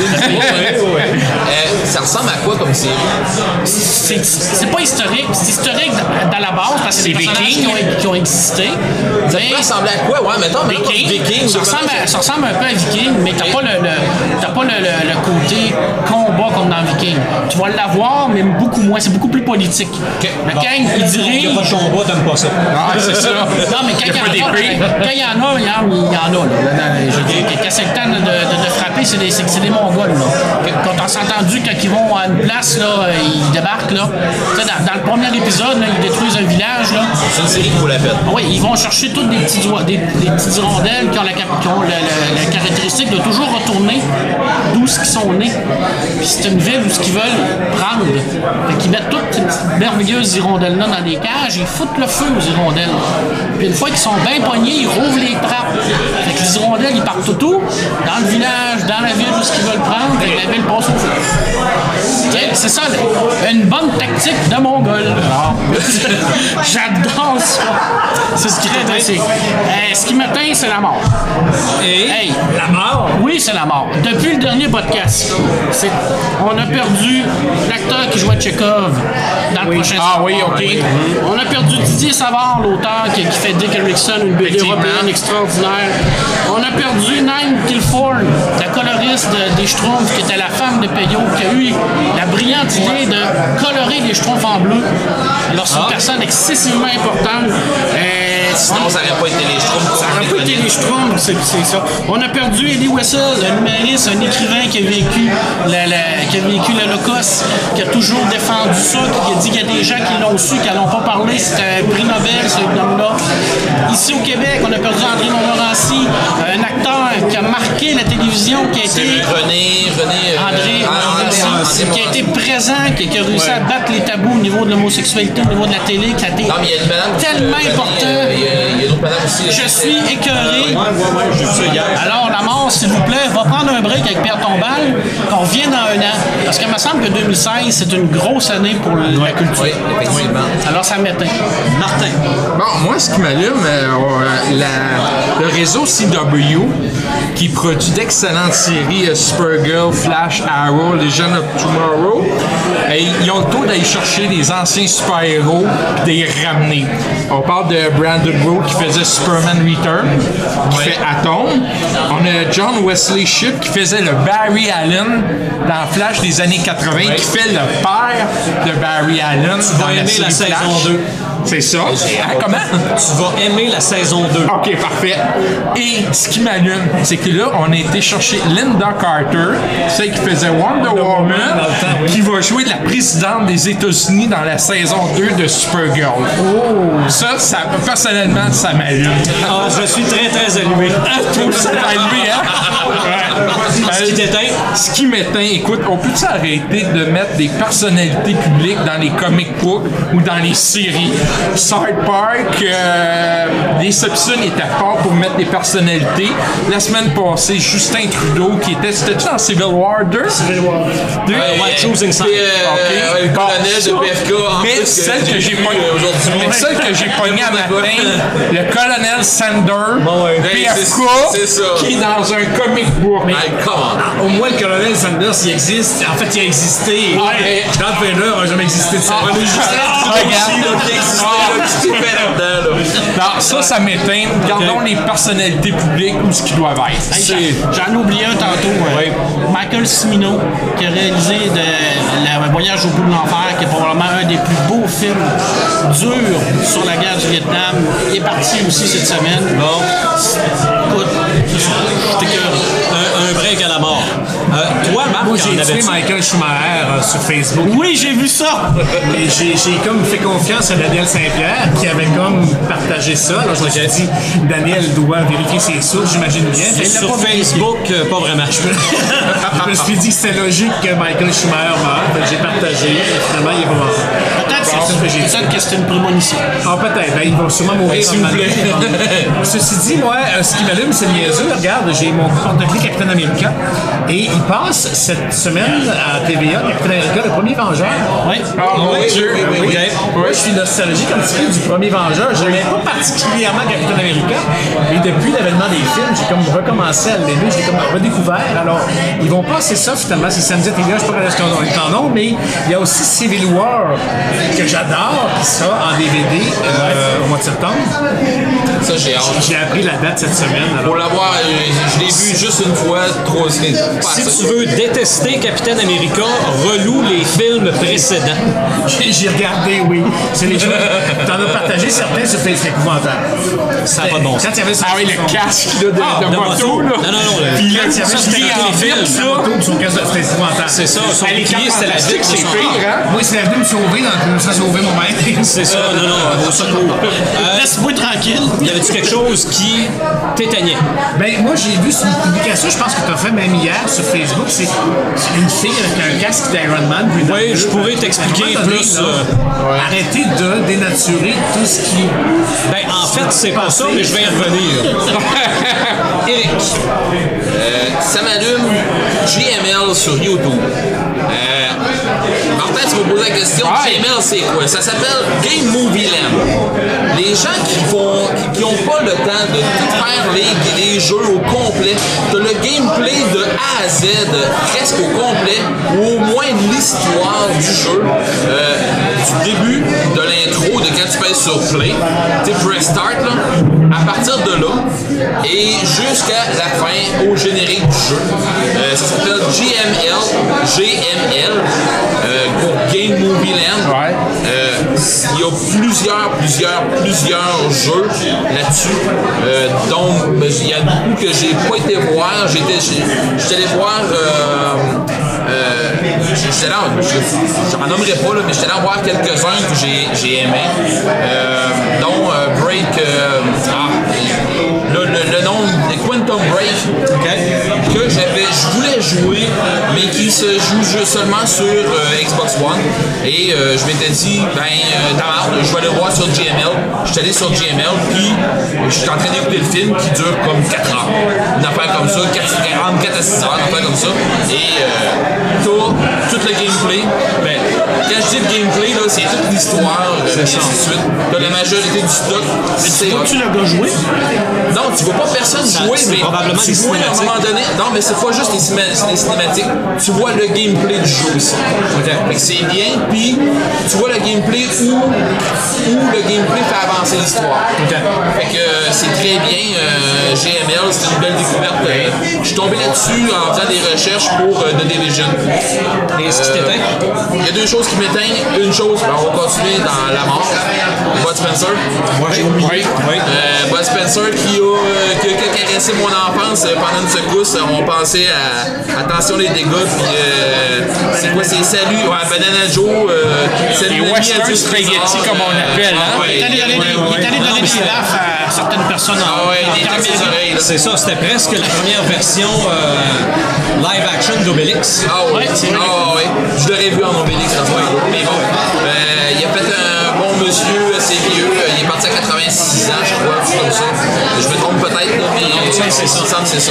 Ça ressemble à quoi comme série? C'est pas historique. C'est historique dans la base parce que c'est des personnages qui ont existé. Ça peut ressembler à quoi? Ouais, mettons, Viking. Ça ressemble un peu à Viking, mais t'as pas le côté combat comme dans Viking. Tu vas l'avoir, mais beaucoup moins. C'est beaucoup plus politique. Le gang, il dirige. Il n'y a pas de combat, t'aimes pas ça. Ah, c'est ça. Non, mais quand il y en a, il y en a. Je veux dire, quand c'est le temps de frapper, c'est des Mongols. Quand on s'est entendu, quand ils vont à une place, là, ils débarquent. Là. Dans le premier épisode, là, ils détruisent un village. Là. C'est une série qui vaut la peine. Oui, ils vont chercher toutes des petites hirondelles qui ont la caractéristique de toujours retourner d'où ils sont nés. Puis c'est une ville où ce qu'ils veulent prendre. Fait qu'ils mettent toutes ces petites merveilleuses hirondelles-là dans des cages et ils foutent le feu aux hirondelles. Puis une fois qu'ils sont bien poignés, ils rouvrent les trappes. Fait que les hirondelles, ils partent tout dans le village, dans la ville où ce qu'ils veulent prendre, et la ville passe au feu. C'est ça, une bonne tactique de Mongol. J'adore ça. C'est ce qui est intéressant. Ce qui m'atteint, c'est la mort. Hey, la mort? Oui, c'est la mort. Depuis le dernier podcast, on a perdu l'acteur qui jouait Tchekhov dans le prochain Ah oui, OK. On a perdu Didier Savard, l'auteur qui fait Dick Erickson, une BD européenne extraordinaire. On a perdu Naim Kilthorne, la coloriste des Schtroumpfs, qui était la femme de Peyo, qui a eu la brillante idée de colorer les Schtroumpfs en bleu. Alors, c'est une personne excessivement importante. sinon, ça n'aurait pas été les Schtroumpfs. Ça n'aurait pas été les Schtroumpfs, c'est ça. On a perdu Eddie Wessel, un humoriste, un écrivain qui a vécu l'Holocauste, qui a toujours défendu ça, qui a dit qu'il y a des gens qui l'ont su, qui n'en ont pas parlé. C'était un prix Nobel, ce homme-là. Ici au Québec, on a perdu André Montmorency, un acteur qui a marqué la télévision, qui a été... André Montmorency, qui a été présent, qui a réussi à battre les tabous au niveau de l'homosexualité, au niveau de la télé, qui a été tellement important. Il y a d'autres madames aussi. Je suis écœuré. Alors, la mort, s'il vous plaît, va prendre un break avec Pierre Tombal, qu'on revient dans un an. Parce qu'il me semble que 2016, c'est une grosse année pour la culture. Oui, effectivement. Alors, ça m'éteint. Martin. Bon, moi, ce qui m'allume, le réseau CW, qui produit d'excellentes séries, Supergirl, Flash, Arrow, Legend of Tomorrow, ils ont le tour d'aller chercher des anciens super-héros et de les ramener. On parle de Brandon Rowe qui faisait Superman Return, qui fait Atom. On a John Wesley Shipp qui faisait le Barry Allen dans Flash des années 80, qui fait le père de Barry Allen dans la série saison Flash. 2. C'est ça. Comment? Tu vas aimer la saison 2. OK, parfait. Et ce qui m'allume, c'est que là, on a été chercher Linda Carter, celle qui faisait Wonder Woman, qui va jouer la présidente des États-Unis dans la saison 2 de Supergirl. Oh! Ça personnellement, ça m'allume. Ah, je suis très, très allumé. Toi aussi, t'as allumé, hein? Ouais. Ce qui t'éteint? Ce qui m'éteint, écoute, on peut-tu arrêter de mettre des personnalités publiques dans les comic books ou dans les séries? South Park, les Simpsons étaient forts pour mettre des personnalités. La semaine passée, Justin Trudeau, qui était... C'était-tu dans Civil War 2? Civil War. Choosing Side. Le colonel de PFK. Mais celle que j'ai pognée à matin, le colonel Sander, PFK, qui est dans un comic book. Au moins, le colonel Sanders, il existe. En fait, il a existé. Darth Vader n'a jamais existé de sa Non, ça m'éteint. Gardons les personnalités publiques où ce qu'ils doivent être. J'en ai oublié un tantôt. Michael Cimino, qui a réalisé Le Voyage au bout de l'enfer, qui est probablement un des plus beaux films durs sur la guerre du Vietnam. Il est parti aussi cette semaine. Bon. Écoute, je t'écœure. Un break à la mort. Toi, Marc, moi, j'ai écouté Michael Schumacher sur Facebook. Oui, j'ai vu ça! Et j'ai comme fait confiance à Daniel Saint-Pierre qui avait comme partagé ça. Alors je me suis dit, Daniel doit vérifier ses sources, j'imagine bien. Sur Facebook, pas vraiment. Je me suis dit que c'était logique que Michael Schumacher meure. J'ai partagé et finalement il est pas mort. Peut-être que c'est une prémonition. Ah, peut-être. Ben, il va sûrement mourir. S'il vous plaît. Ceci dit, moi, ce qui m'allume, c'est niaiseux. Regarde, j'ai mon porte-clés Capitaine America et il passe cette semaine à TVA, Capitaine America, le premier Vengeur. Oui. Oui. Je suis nostalgique un petit peu du premier Vengeur. Je n'aimais pas particulièrement Capitaine America. Et depuis l'avènement des films, j'ai comme recommencé à l'aimer. J'ai comme redécouvert. Alors, ils vont passer ça finalement. C'est samedi à TVA. Je ne sais pas quand est-ce qu'on est en nom, mais il y a aussi Civil War que j'adore. Puis ça, en DVD au mois de septembre. Ça, j'ai hâte. J'ai appris la date cette semaine. Alors. Pour l'avoir, je l'ai vu juste une fois. Si tu veux détester Capitaine America, reloue les films précédents. J'ai regardé, oui. C'est les choses. T'en as partagé certains sur Facebook épouvantable. Ça n'a pas de bon sens. Ah oui, le casque de moto, là. Non. Puis là, il y avait en film, ça. C'était épouvantable. C'est ça. Son bouclier, c'était la vie. C'est pire, hein? Moi, c'est venu me sauver dans me sauver moi-même. C'est ça. Non, au secours. Laisse-moi tranquille. Y avait-tu quelque chose qui t'éteignait? Ben, moi, j'ai vu une publication, je pense que tu as fait même hier sur Facebook. C'est une fille avec un casque d'Iron Man. Oui, je pourrais t'expliquer plus. Arrêtez de dénaturer tout ce qui. Ben, en fait, c'est pas ça, mais je vais y revenir. Eric. Ça m'allume GML sur YouTube. Martin, tu me poses la question, GML c'est quoi? Ça s'appelle Game Movie Land. Les gens qui ont pas le temps de tout faire les jeux au complet, t'as le gameplay de A à Z presque au complet, ou au moins l'histoire du jeu, du début de l'intro, de quand tu pèses sur play, tu sais, press start là, à partir de là, et jusqu'à la fin au générique du jeu. Ça s'appelle GML, pour Game Movie Land. Ouais. Il y a plusieurs jeux là-dessus. Donc, il y a beaucoup que j'ai pas été voir. J'étais allé voir. J'étais là, j'en nommerai pas, là, mais j'étais là voir quelques-uns que j'ai aimés. Dont Break. Le nom de Quantum Break, que je voulais jouer, mais qui se joue seulement sur Xbox One. Et je m'étais dit, je vais le voir sur GML. Je suis allé sur GML, puis je suis en train d'écouter le film qui dure comme 4 heures. Une affaire comme ça, 4 à 6 heures, une affaire comme ça. Et tout le gameplay. Quand je dis le gameplay, là, c'est toute l'histoire, et ainsi de suite. T'as la majorité du stock. Tu l'as joué? Non, tu vois pas personne jouer, mais probablement tu vois à un moment donné. Non, mais c'est pas juste les cinématiques. Tu vois le gameplay du jeu aussi. Fait que c'est bien, puis tu vois le gameplay où le gameplay fait avancer l'histoire. Fait que c'est très bien. GML, c'est une belle découverte. Je suis tombé là-dessus en faisant des recherches pour The Division. Et ce qui t'éteint? Il y a deux choses qui m'éteignent. Une chose, on va continuer dans la mort. Bud Spencer. Bud Spencer qui a caressé mon enfance pendant une secousse. On pensait à attention les dégâts, puis c'est quoi, c'est salut, Banana Joe, les Western Spaghetti comme on appelle. Il est allé donner des laffes à certaines personnes en oreilles. C'est ça, c'était presque la première version live action d'Obélix. Oui. Je l'aurais vu en Obélix dans ce moment-là. Mais bon, il a fait un bon monsieur assez vieux. Il est parti à 86 ans, je crois, comme ça. Je me trompe peut-être, mais il me semble que c'est ça.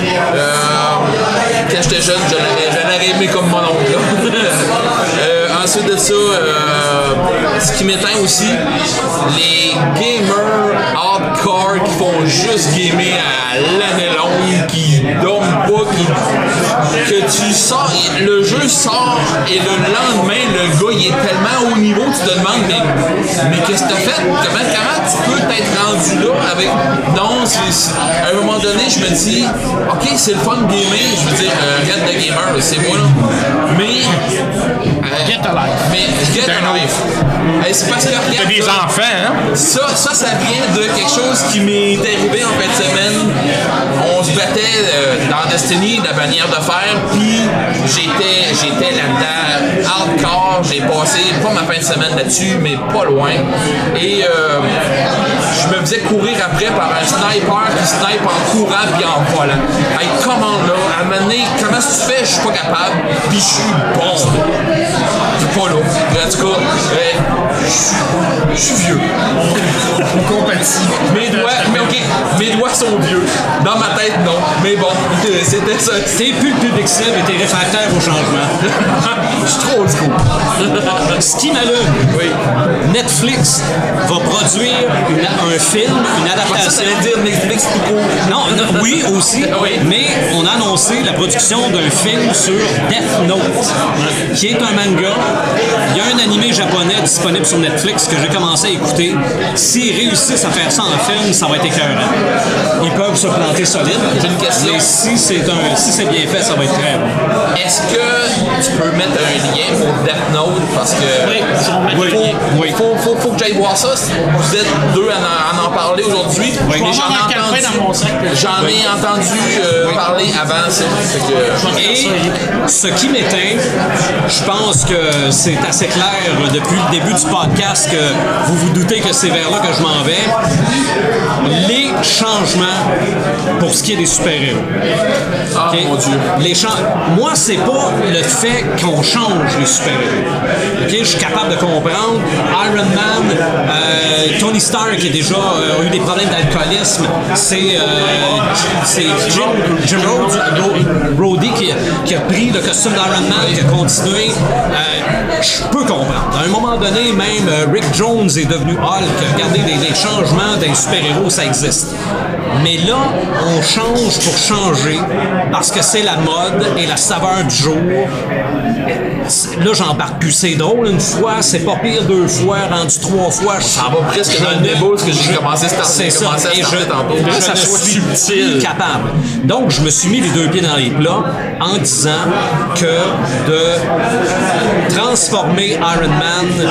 Quand j'étais jeune, je l'aurais aimé comme mon oncle. Ensuite de ça, ce qui m'éteint aussi, les gamers hardcore qui font juste gamer à l'année longue, qui dorment pas, que tu sors, le jeu sort et le lendemain, le gars il est tellement haut niveau, tu te demandes, mais qu'est-ce que t'as fait? Comment tu peux t'être rendu là avec. Non, à un moment donné, je me dis, ok, c'est le fun de gamer, je veux dire, Red the Gamer, c'est moi là. Mais. Get a life. Mais Get a life. C'est parce que regarde. T'as des enfants, hein? Ça vient de quelque chose qui m'est arrivé en fin de semaine. On se battait dans Destiny, la bannière de fer, puis j'étais là-dedans hardcore. J'ai passé pas ma fin de semaine là-dessus, mais pas loin. Et je me faisais courir après par un sniper qui snipe en courant puis en volant. Hey, comment là? À un moment donné, comment tu fais? Je suis pas capable, puis je suis bon. Je suis pas là. En tout cas, je suis vieux. On compatit. Mes doigts sont vieux. Dans ma tête, non. Mais bon, c'était ça. T'es plus le public cible et t'es réfractaire au changement. Je suis trop old school. Ce qui m'allume, Netflix va produire un film, une adaptation. Ça veut dire Netflix tout court. Non, oui aussi, mais on a annoncé la production d'un film sur Death Note, qui est un manga. Il y a un animé japonais disponible sur Netflix que j'ai commencé à écouter. S'ils réussissent à faire ça en film, ça va être écœurant. Ils peuvent se planter solide. J'ai une question. Mais si c'est bien fait, ça va être très bon. Est-ce que tu peux mettre un lien pour Death Note? Parce que faut que j'aille voir ça. Vous êtes deux à en parler aujourd'hui. Mais j'en ai entendu parler avant. Et ce qui m'éteint, je pense que c'est assez clair depuis le début du podcast que vous vous doutez que c'est vers là que je m'en vais. Les changements pour ce qui est des super-héros. Ah, mon Dieu. Moi, c'est pas le fait qu'on change les super-héros. Je suis capable de comprendre. Iron Man, Tony Stark qui a déjà eu des problèmes d'alcoolisme. C'est Jim Brody qui a pris le costume d'Iron Man, qui a continué. Je peux comprendre. À un moment donné, même Rick Jones est devenu Hulk. Regardez, des changements d'un super-héros, ça existe. Mais là, on change pour changer parce que c'est la mode et la saveur du jour. Là, j'embarque plus. C'est drôle une fois, c'est pas pire deux fois, rendu trois fois. Ça va presque dans le débat parce que j'ai commencé à starter tantôt. Je ne suis plus capable. capable. Donc, je me suis mis les deux pieds dans les plats en disant que de transformer Iron Man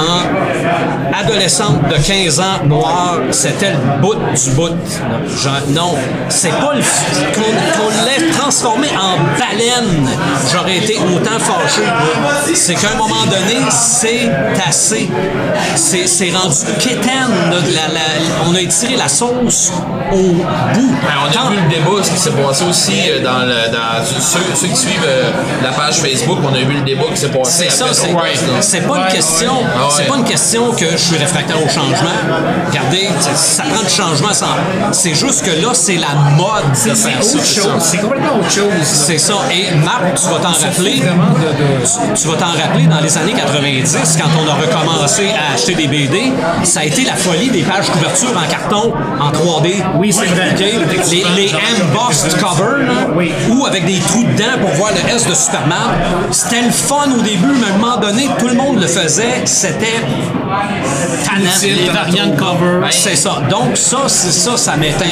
en adolescente de 15 ans noire, c'était le bout du bout. Genre, non, c'est pas le qu'on l'ait transformé en baleine. J'aurais été autant fâché. C'est qu'à un moment donné, c'est assez. C'est rendu quétaine. On a étiré la sauce au bout. On a vu le débat, ce qui s'est passé aussi dans ceux qui suivent la page Facebook, on a vu le débat qui s'est passé. C'est ça, c'est pas une question. C'est pas une question que je suis réfractaire au changement. Regardez, ça prend du changement c'est juste que là, c'est la mode de faire ça. C'est complètement autre chose. C'est ça. Et Marc, tu vas t'en rappeler. Tu vas t'en rappeler dans les années 90, quand on a recommencé à acheter des BD, ça a été la folie des pages couverture en carton, en 3D. Oui, c'est vrai. Okay? Les embossed covers, ou avec des trous dedans pour voir le S de Superman. C'était le fun au début, mais à un moment donné, tout le monde le faisait. C'était tannant. Les variantes cover. C'est ça. Donc, ça m'éteint.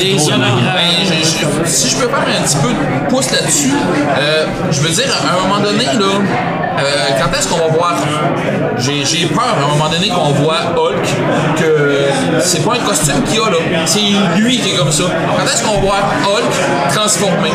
Si je peux faire un petit peu de pouce là-dessus, je veux dire, à un moment donné, là, quand est-ce qu'on va voir... J'ai peur à un moment donné qu'on voit Hulk, que c'est pas un costume qu'il a là, c'est lui qui est comme ça. Quand est-ce qu'on va voir Hulk transformé?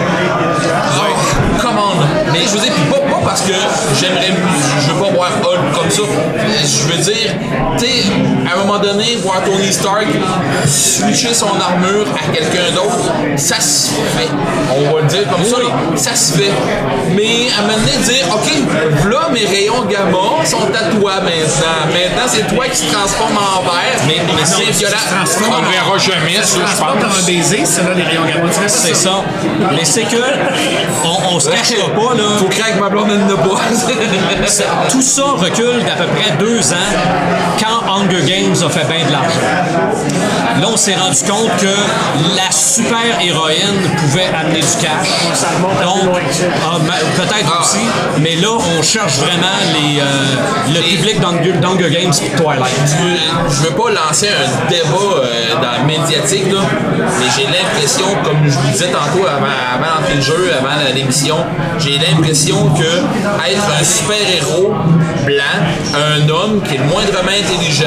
Comment? Mais je veux dire, pas parce que je veux pas voir Hulk comme ça. Je veux dire, tu sais, à un moment donné, voir Tony Stark switcher son armure à quelqu'un d'autre, ça se fait. On va le dire comme ça, là, ça se fait. Mais à un moment donné, dire, OK, là, mes rayons gamma sont à toi maintenant. Maintenant, c'est toi qui se transforme en verre. Mais c'est violent. On ne verra jamais ça, je pense. Dans un baiser, c'est là les rayons gamma. C'est ça. Mais c'est que, on se cachera pas, là. Faut craquer ma blonde, elle ne pas. Tout ça recule d'à peu près 2 ans quand Hunger Games a fait bien de l'argent. Là, on s'est rendu compte que la super-héroïne pouvait amener du cash. Donc, peut-être aussi, mais là, on cherche vraiment le public d'Hunger Games et Twilight. Je veux pas lancer un débat dans le médiatique, là, mais j'ai l'impression, comme je vous disais tantôt avant d'entrer le jeu, avant l'émission, j'ai l'impression que être un super-héros blanc, un homme qui est le moindrement intelligent,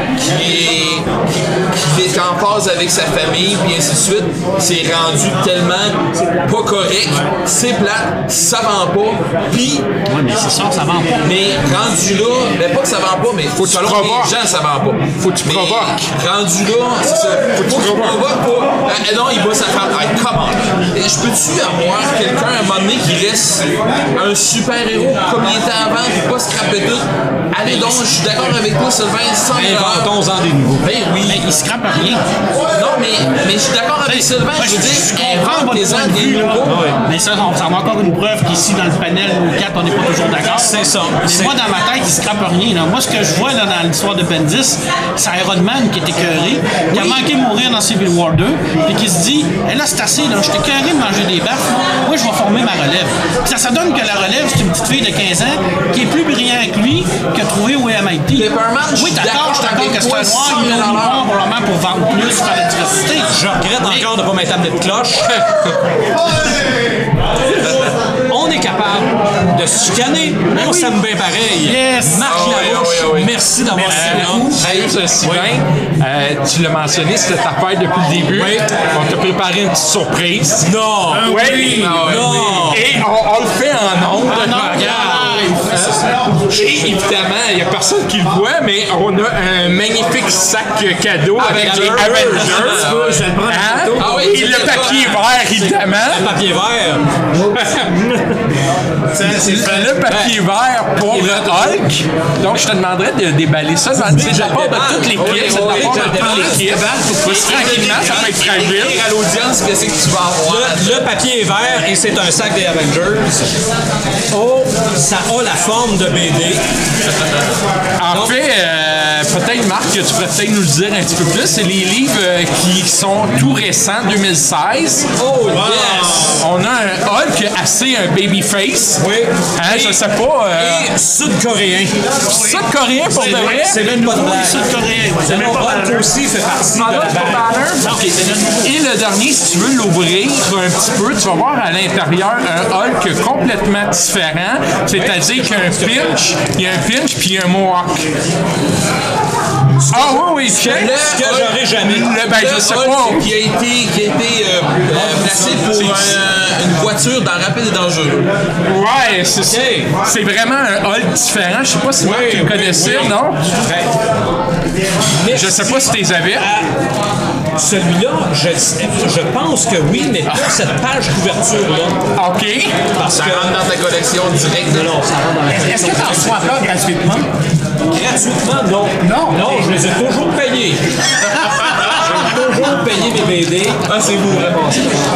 qui est en phase avec sa famille, puis ainsi de suite, c'est rendu tellement pas correct, c'est plate, ça vend pas, puis... Oui, mais c'est ça, ça vend pas. Mais rendu là, ben pas que ça vend pas, mais faut que tu provoques. Les gens, ça vend pas. Faut que tu provoques. Rendu là, c'est ça. Faut que tu provoques pas. Non, il va sa femme. Comment? Je peux-tu avoir quelqu'un à un moment donné qui reste un super-héros comme il était avant, puis pas scraper tout? Allez donc, je suis d'accord avec toi, Sylvain, sans inventons-en des nouveaux. Ben oui. Mais il scrape rien. Non, mais je suis d'accord avec Sylvain, je veux dire, inventez-en des nouveaux. Mais ça, on a encore une preuve qu'ici, dans le panel, nous 4, on n'est pas toujours d'accord. C'est ça. Mais moi, dans ma tête, il scrape rien. Là. Moi, ce que je vois là, dans l'histoire de Bendis, c'est Iron Man qui est écœuré, qui a manqué mourir dans Civil War 2, et qui se dit, là, c'est assez, là, je suis écœuré de manger des baffes, moi, je vais former ma relève. Puis ça donne que la relève, c'est une petite fille de 15 ans qui est plus brillante que lui, qui a trouvé au MIT. Oui, d'accord, je suis d'accord que c'est un noir, ils l'ont mis probablement pour vendre plus, faire la diversité. Je regrette encore de ne pas mettre amené de cloche. On est capable de se chicaner, mais on s'aime bien pareil. Yes. Marc Larouche, merci d'avoir été là. Sylvain, tu l'as mentionné, c'était ta fête depuis le début. Oui. On t'a préparé une petite surprise. Non! Oui! Non! Et on le fait en ondes. Et évidemment, il n'y a personne qui le voit, mais on a un magnifique sac cadeau avec les Avengers. Et le papier vert, évidemment. Le papier vert. Le papier vert pour le Hulk. Donc, je te demanderais de déballer ça. C'est de la part de toutes les pièces. C'est de la part de toutes les pièces. Tranquillement, ça peut être fragile. À l'audience, qu'est-ce que tu vas avoir? Le papier est vert et c'est un sac des Avengers. Oh, ça a la forme de BD. En fait, peut-être, Marc, tu pourrais peut-être nous le dire un petit peu plus. C'est les livres qui sont tout récents, 2016. Oh, yes! On a un Hulk assez un babyface. Oui. Hein, je sais pas. Et sud-coréen. Sud-coréen pour de vrai? C'est le nouveau sud-coréen. Le Hulk aussi fait partie de la bande. Et le dernier, si tu veux l'ouvrir un petit peu, tu vas voir à l'intérieur un Hulk complètement différent. C'est-à-dire qu'il y a un pinch, puis il y a un mohawk. Ah oui, check. Ce que j'aurais jamais. Je sais pas. Qui a été placé pour une voiture dans Rapide et Dangereux. Ouais, c'est ça. C'est vraiment un Hulk différent. Je sais pas si moi tu le connaissais, non? Je sais pas si tu les avais. Celui-là, je pense que oui, mais pas cette page couverture-là. OK. Parce Ça que rentre dans ta collection directe. non, ça rentre dans la Est-ce que tu en reçois encore gratuitement? gratuitement, non. Non, je les ai toujours payés. J'ai toujours payé mes BD. Ah, c'est vous, vraiment.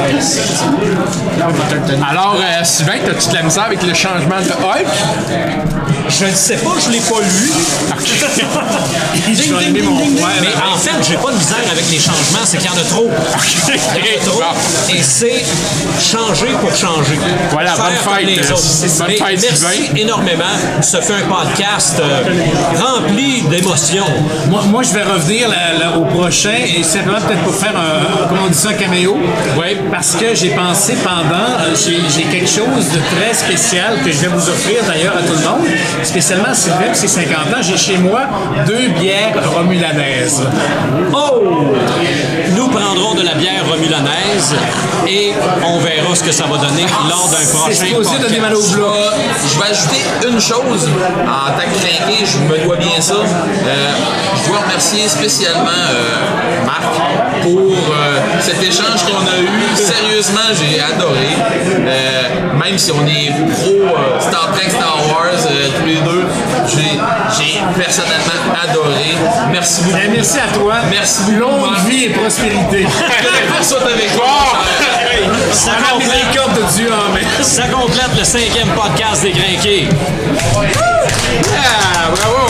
Alors, Sylvain, as-tu de la misère avec le changement de Hulk? Je ne sais pas, je ne l'ai pas lu. Ding, ding, ding, ding, ding. Mais en fait, j'ai pas de misère avec les changements, c'est qu'il y en a trop. Il y en a trop. Et c'est changer pour changer. Voilà, Faire bonne comme fête, les autres. bonne Mais fête, merci Sylvain. énormément. Ça fait un podcast rempli d'émotions. Moi, je vais revenir au prochain et simplement peut-être pour faire comment on dit ça, un caméo. Oui. Parce que j'ai pensé j'ai quelque chose de très spécial que je vais vous offrir d'ailleurs à tout le monde. Spécialement à Sylvain, c'est 50 ans. J'ai chez moi 2 bières romulanaises. Oh! Nous prendrons de la bière romulanaise et on verra ce que ça va donner lors d'un prochain C'est supposé donner mal au podcast. bloc. Je vais ajouter une chose en tant que crinqué, je me dois bien ça. Je dois remercier spécialement Marc pour cet échange qu'on a eu. Sérieusement, j'ai adoré. Même si on est pro Star Trek, Star Wars, tous les deux, j'ai personnellement adoré. Merci beaucoup. Ben, merci à toi. Merci beaucoup, Longue Marc. vie et prospérité. Que la force soit avec toi. Ça Les complète, cordes de Dieu en main. ça complète le 5e podcast des Crinqués. Ah, bravo!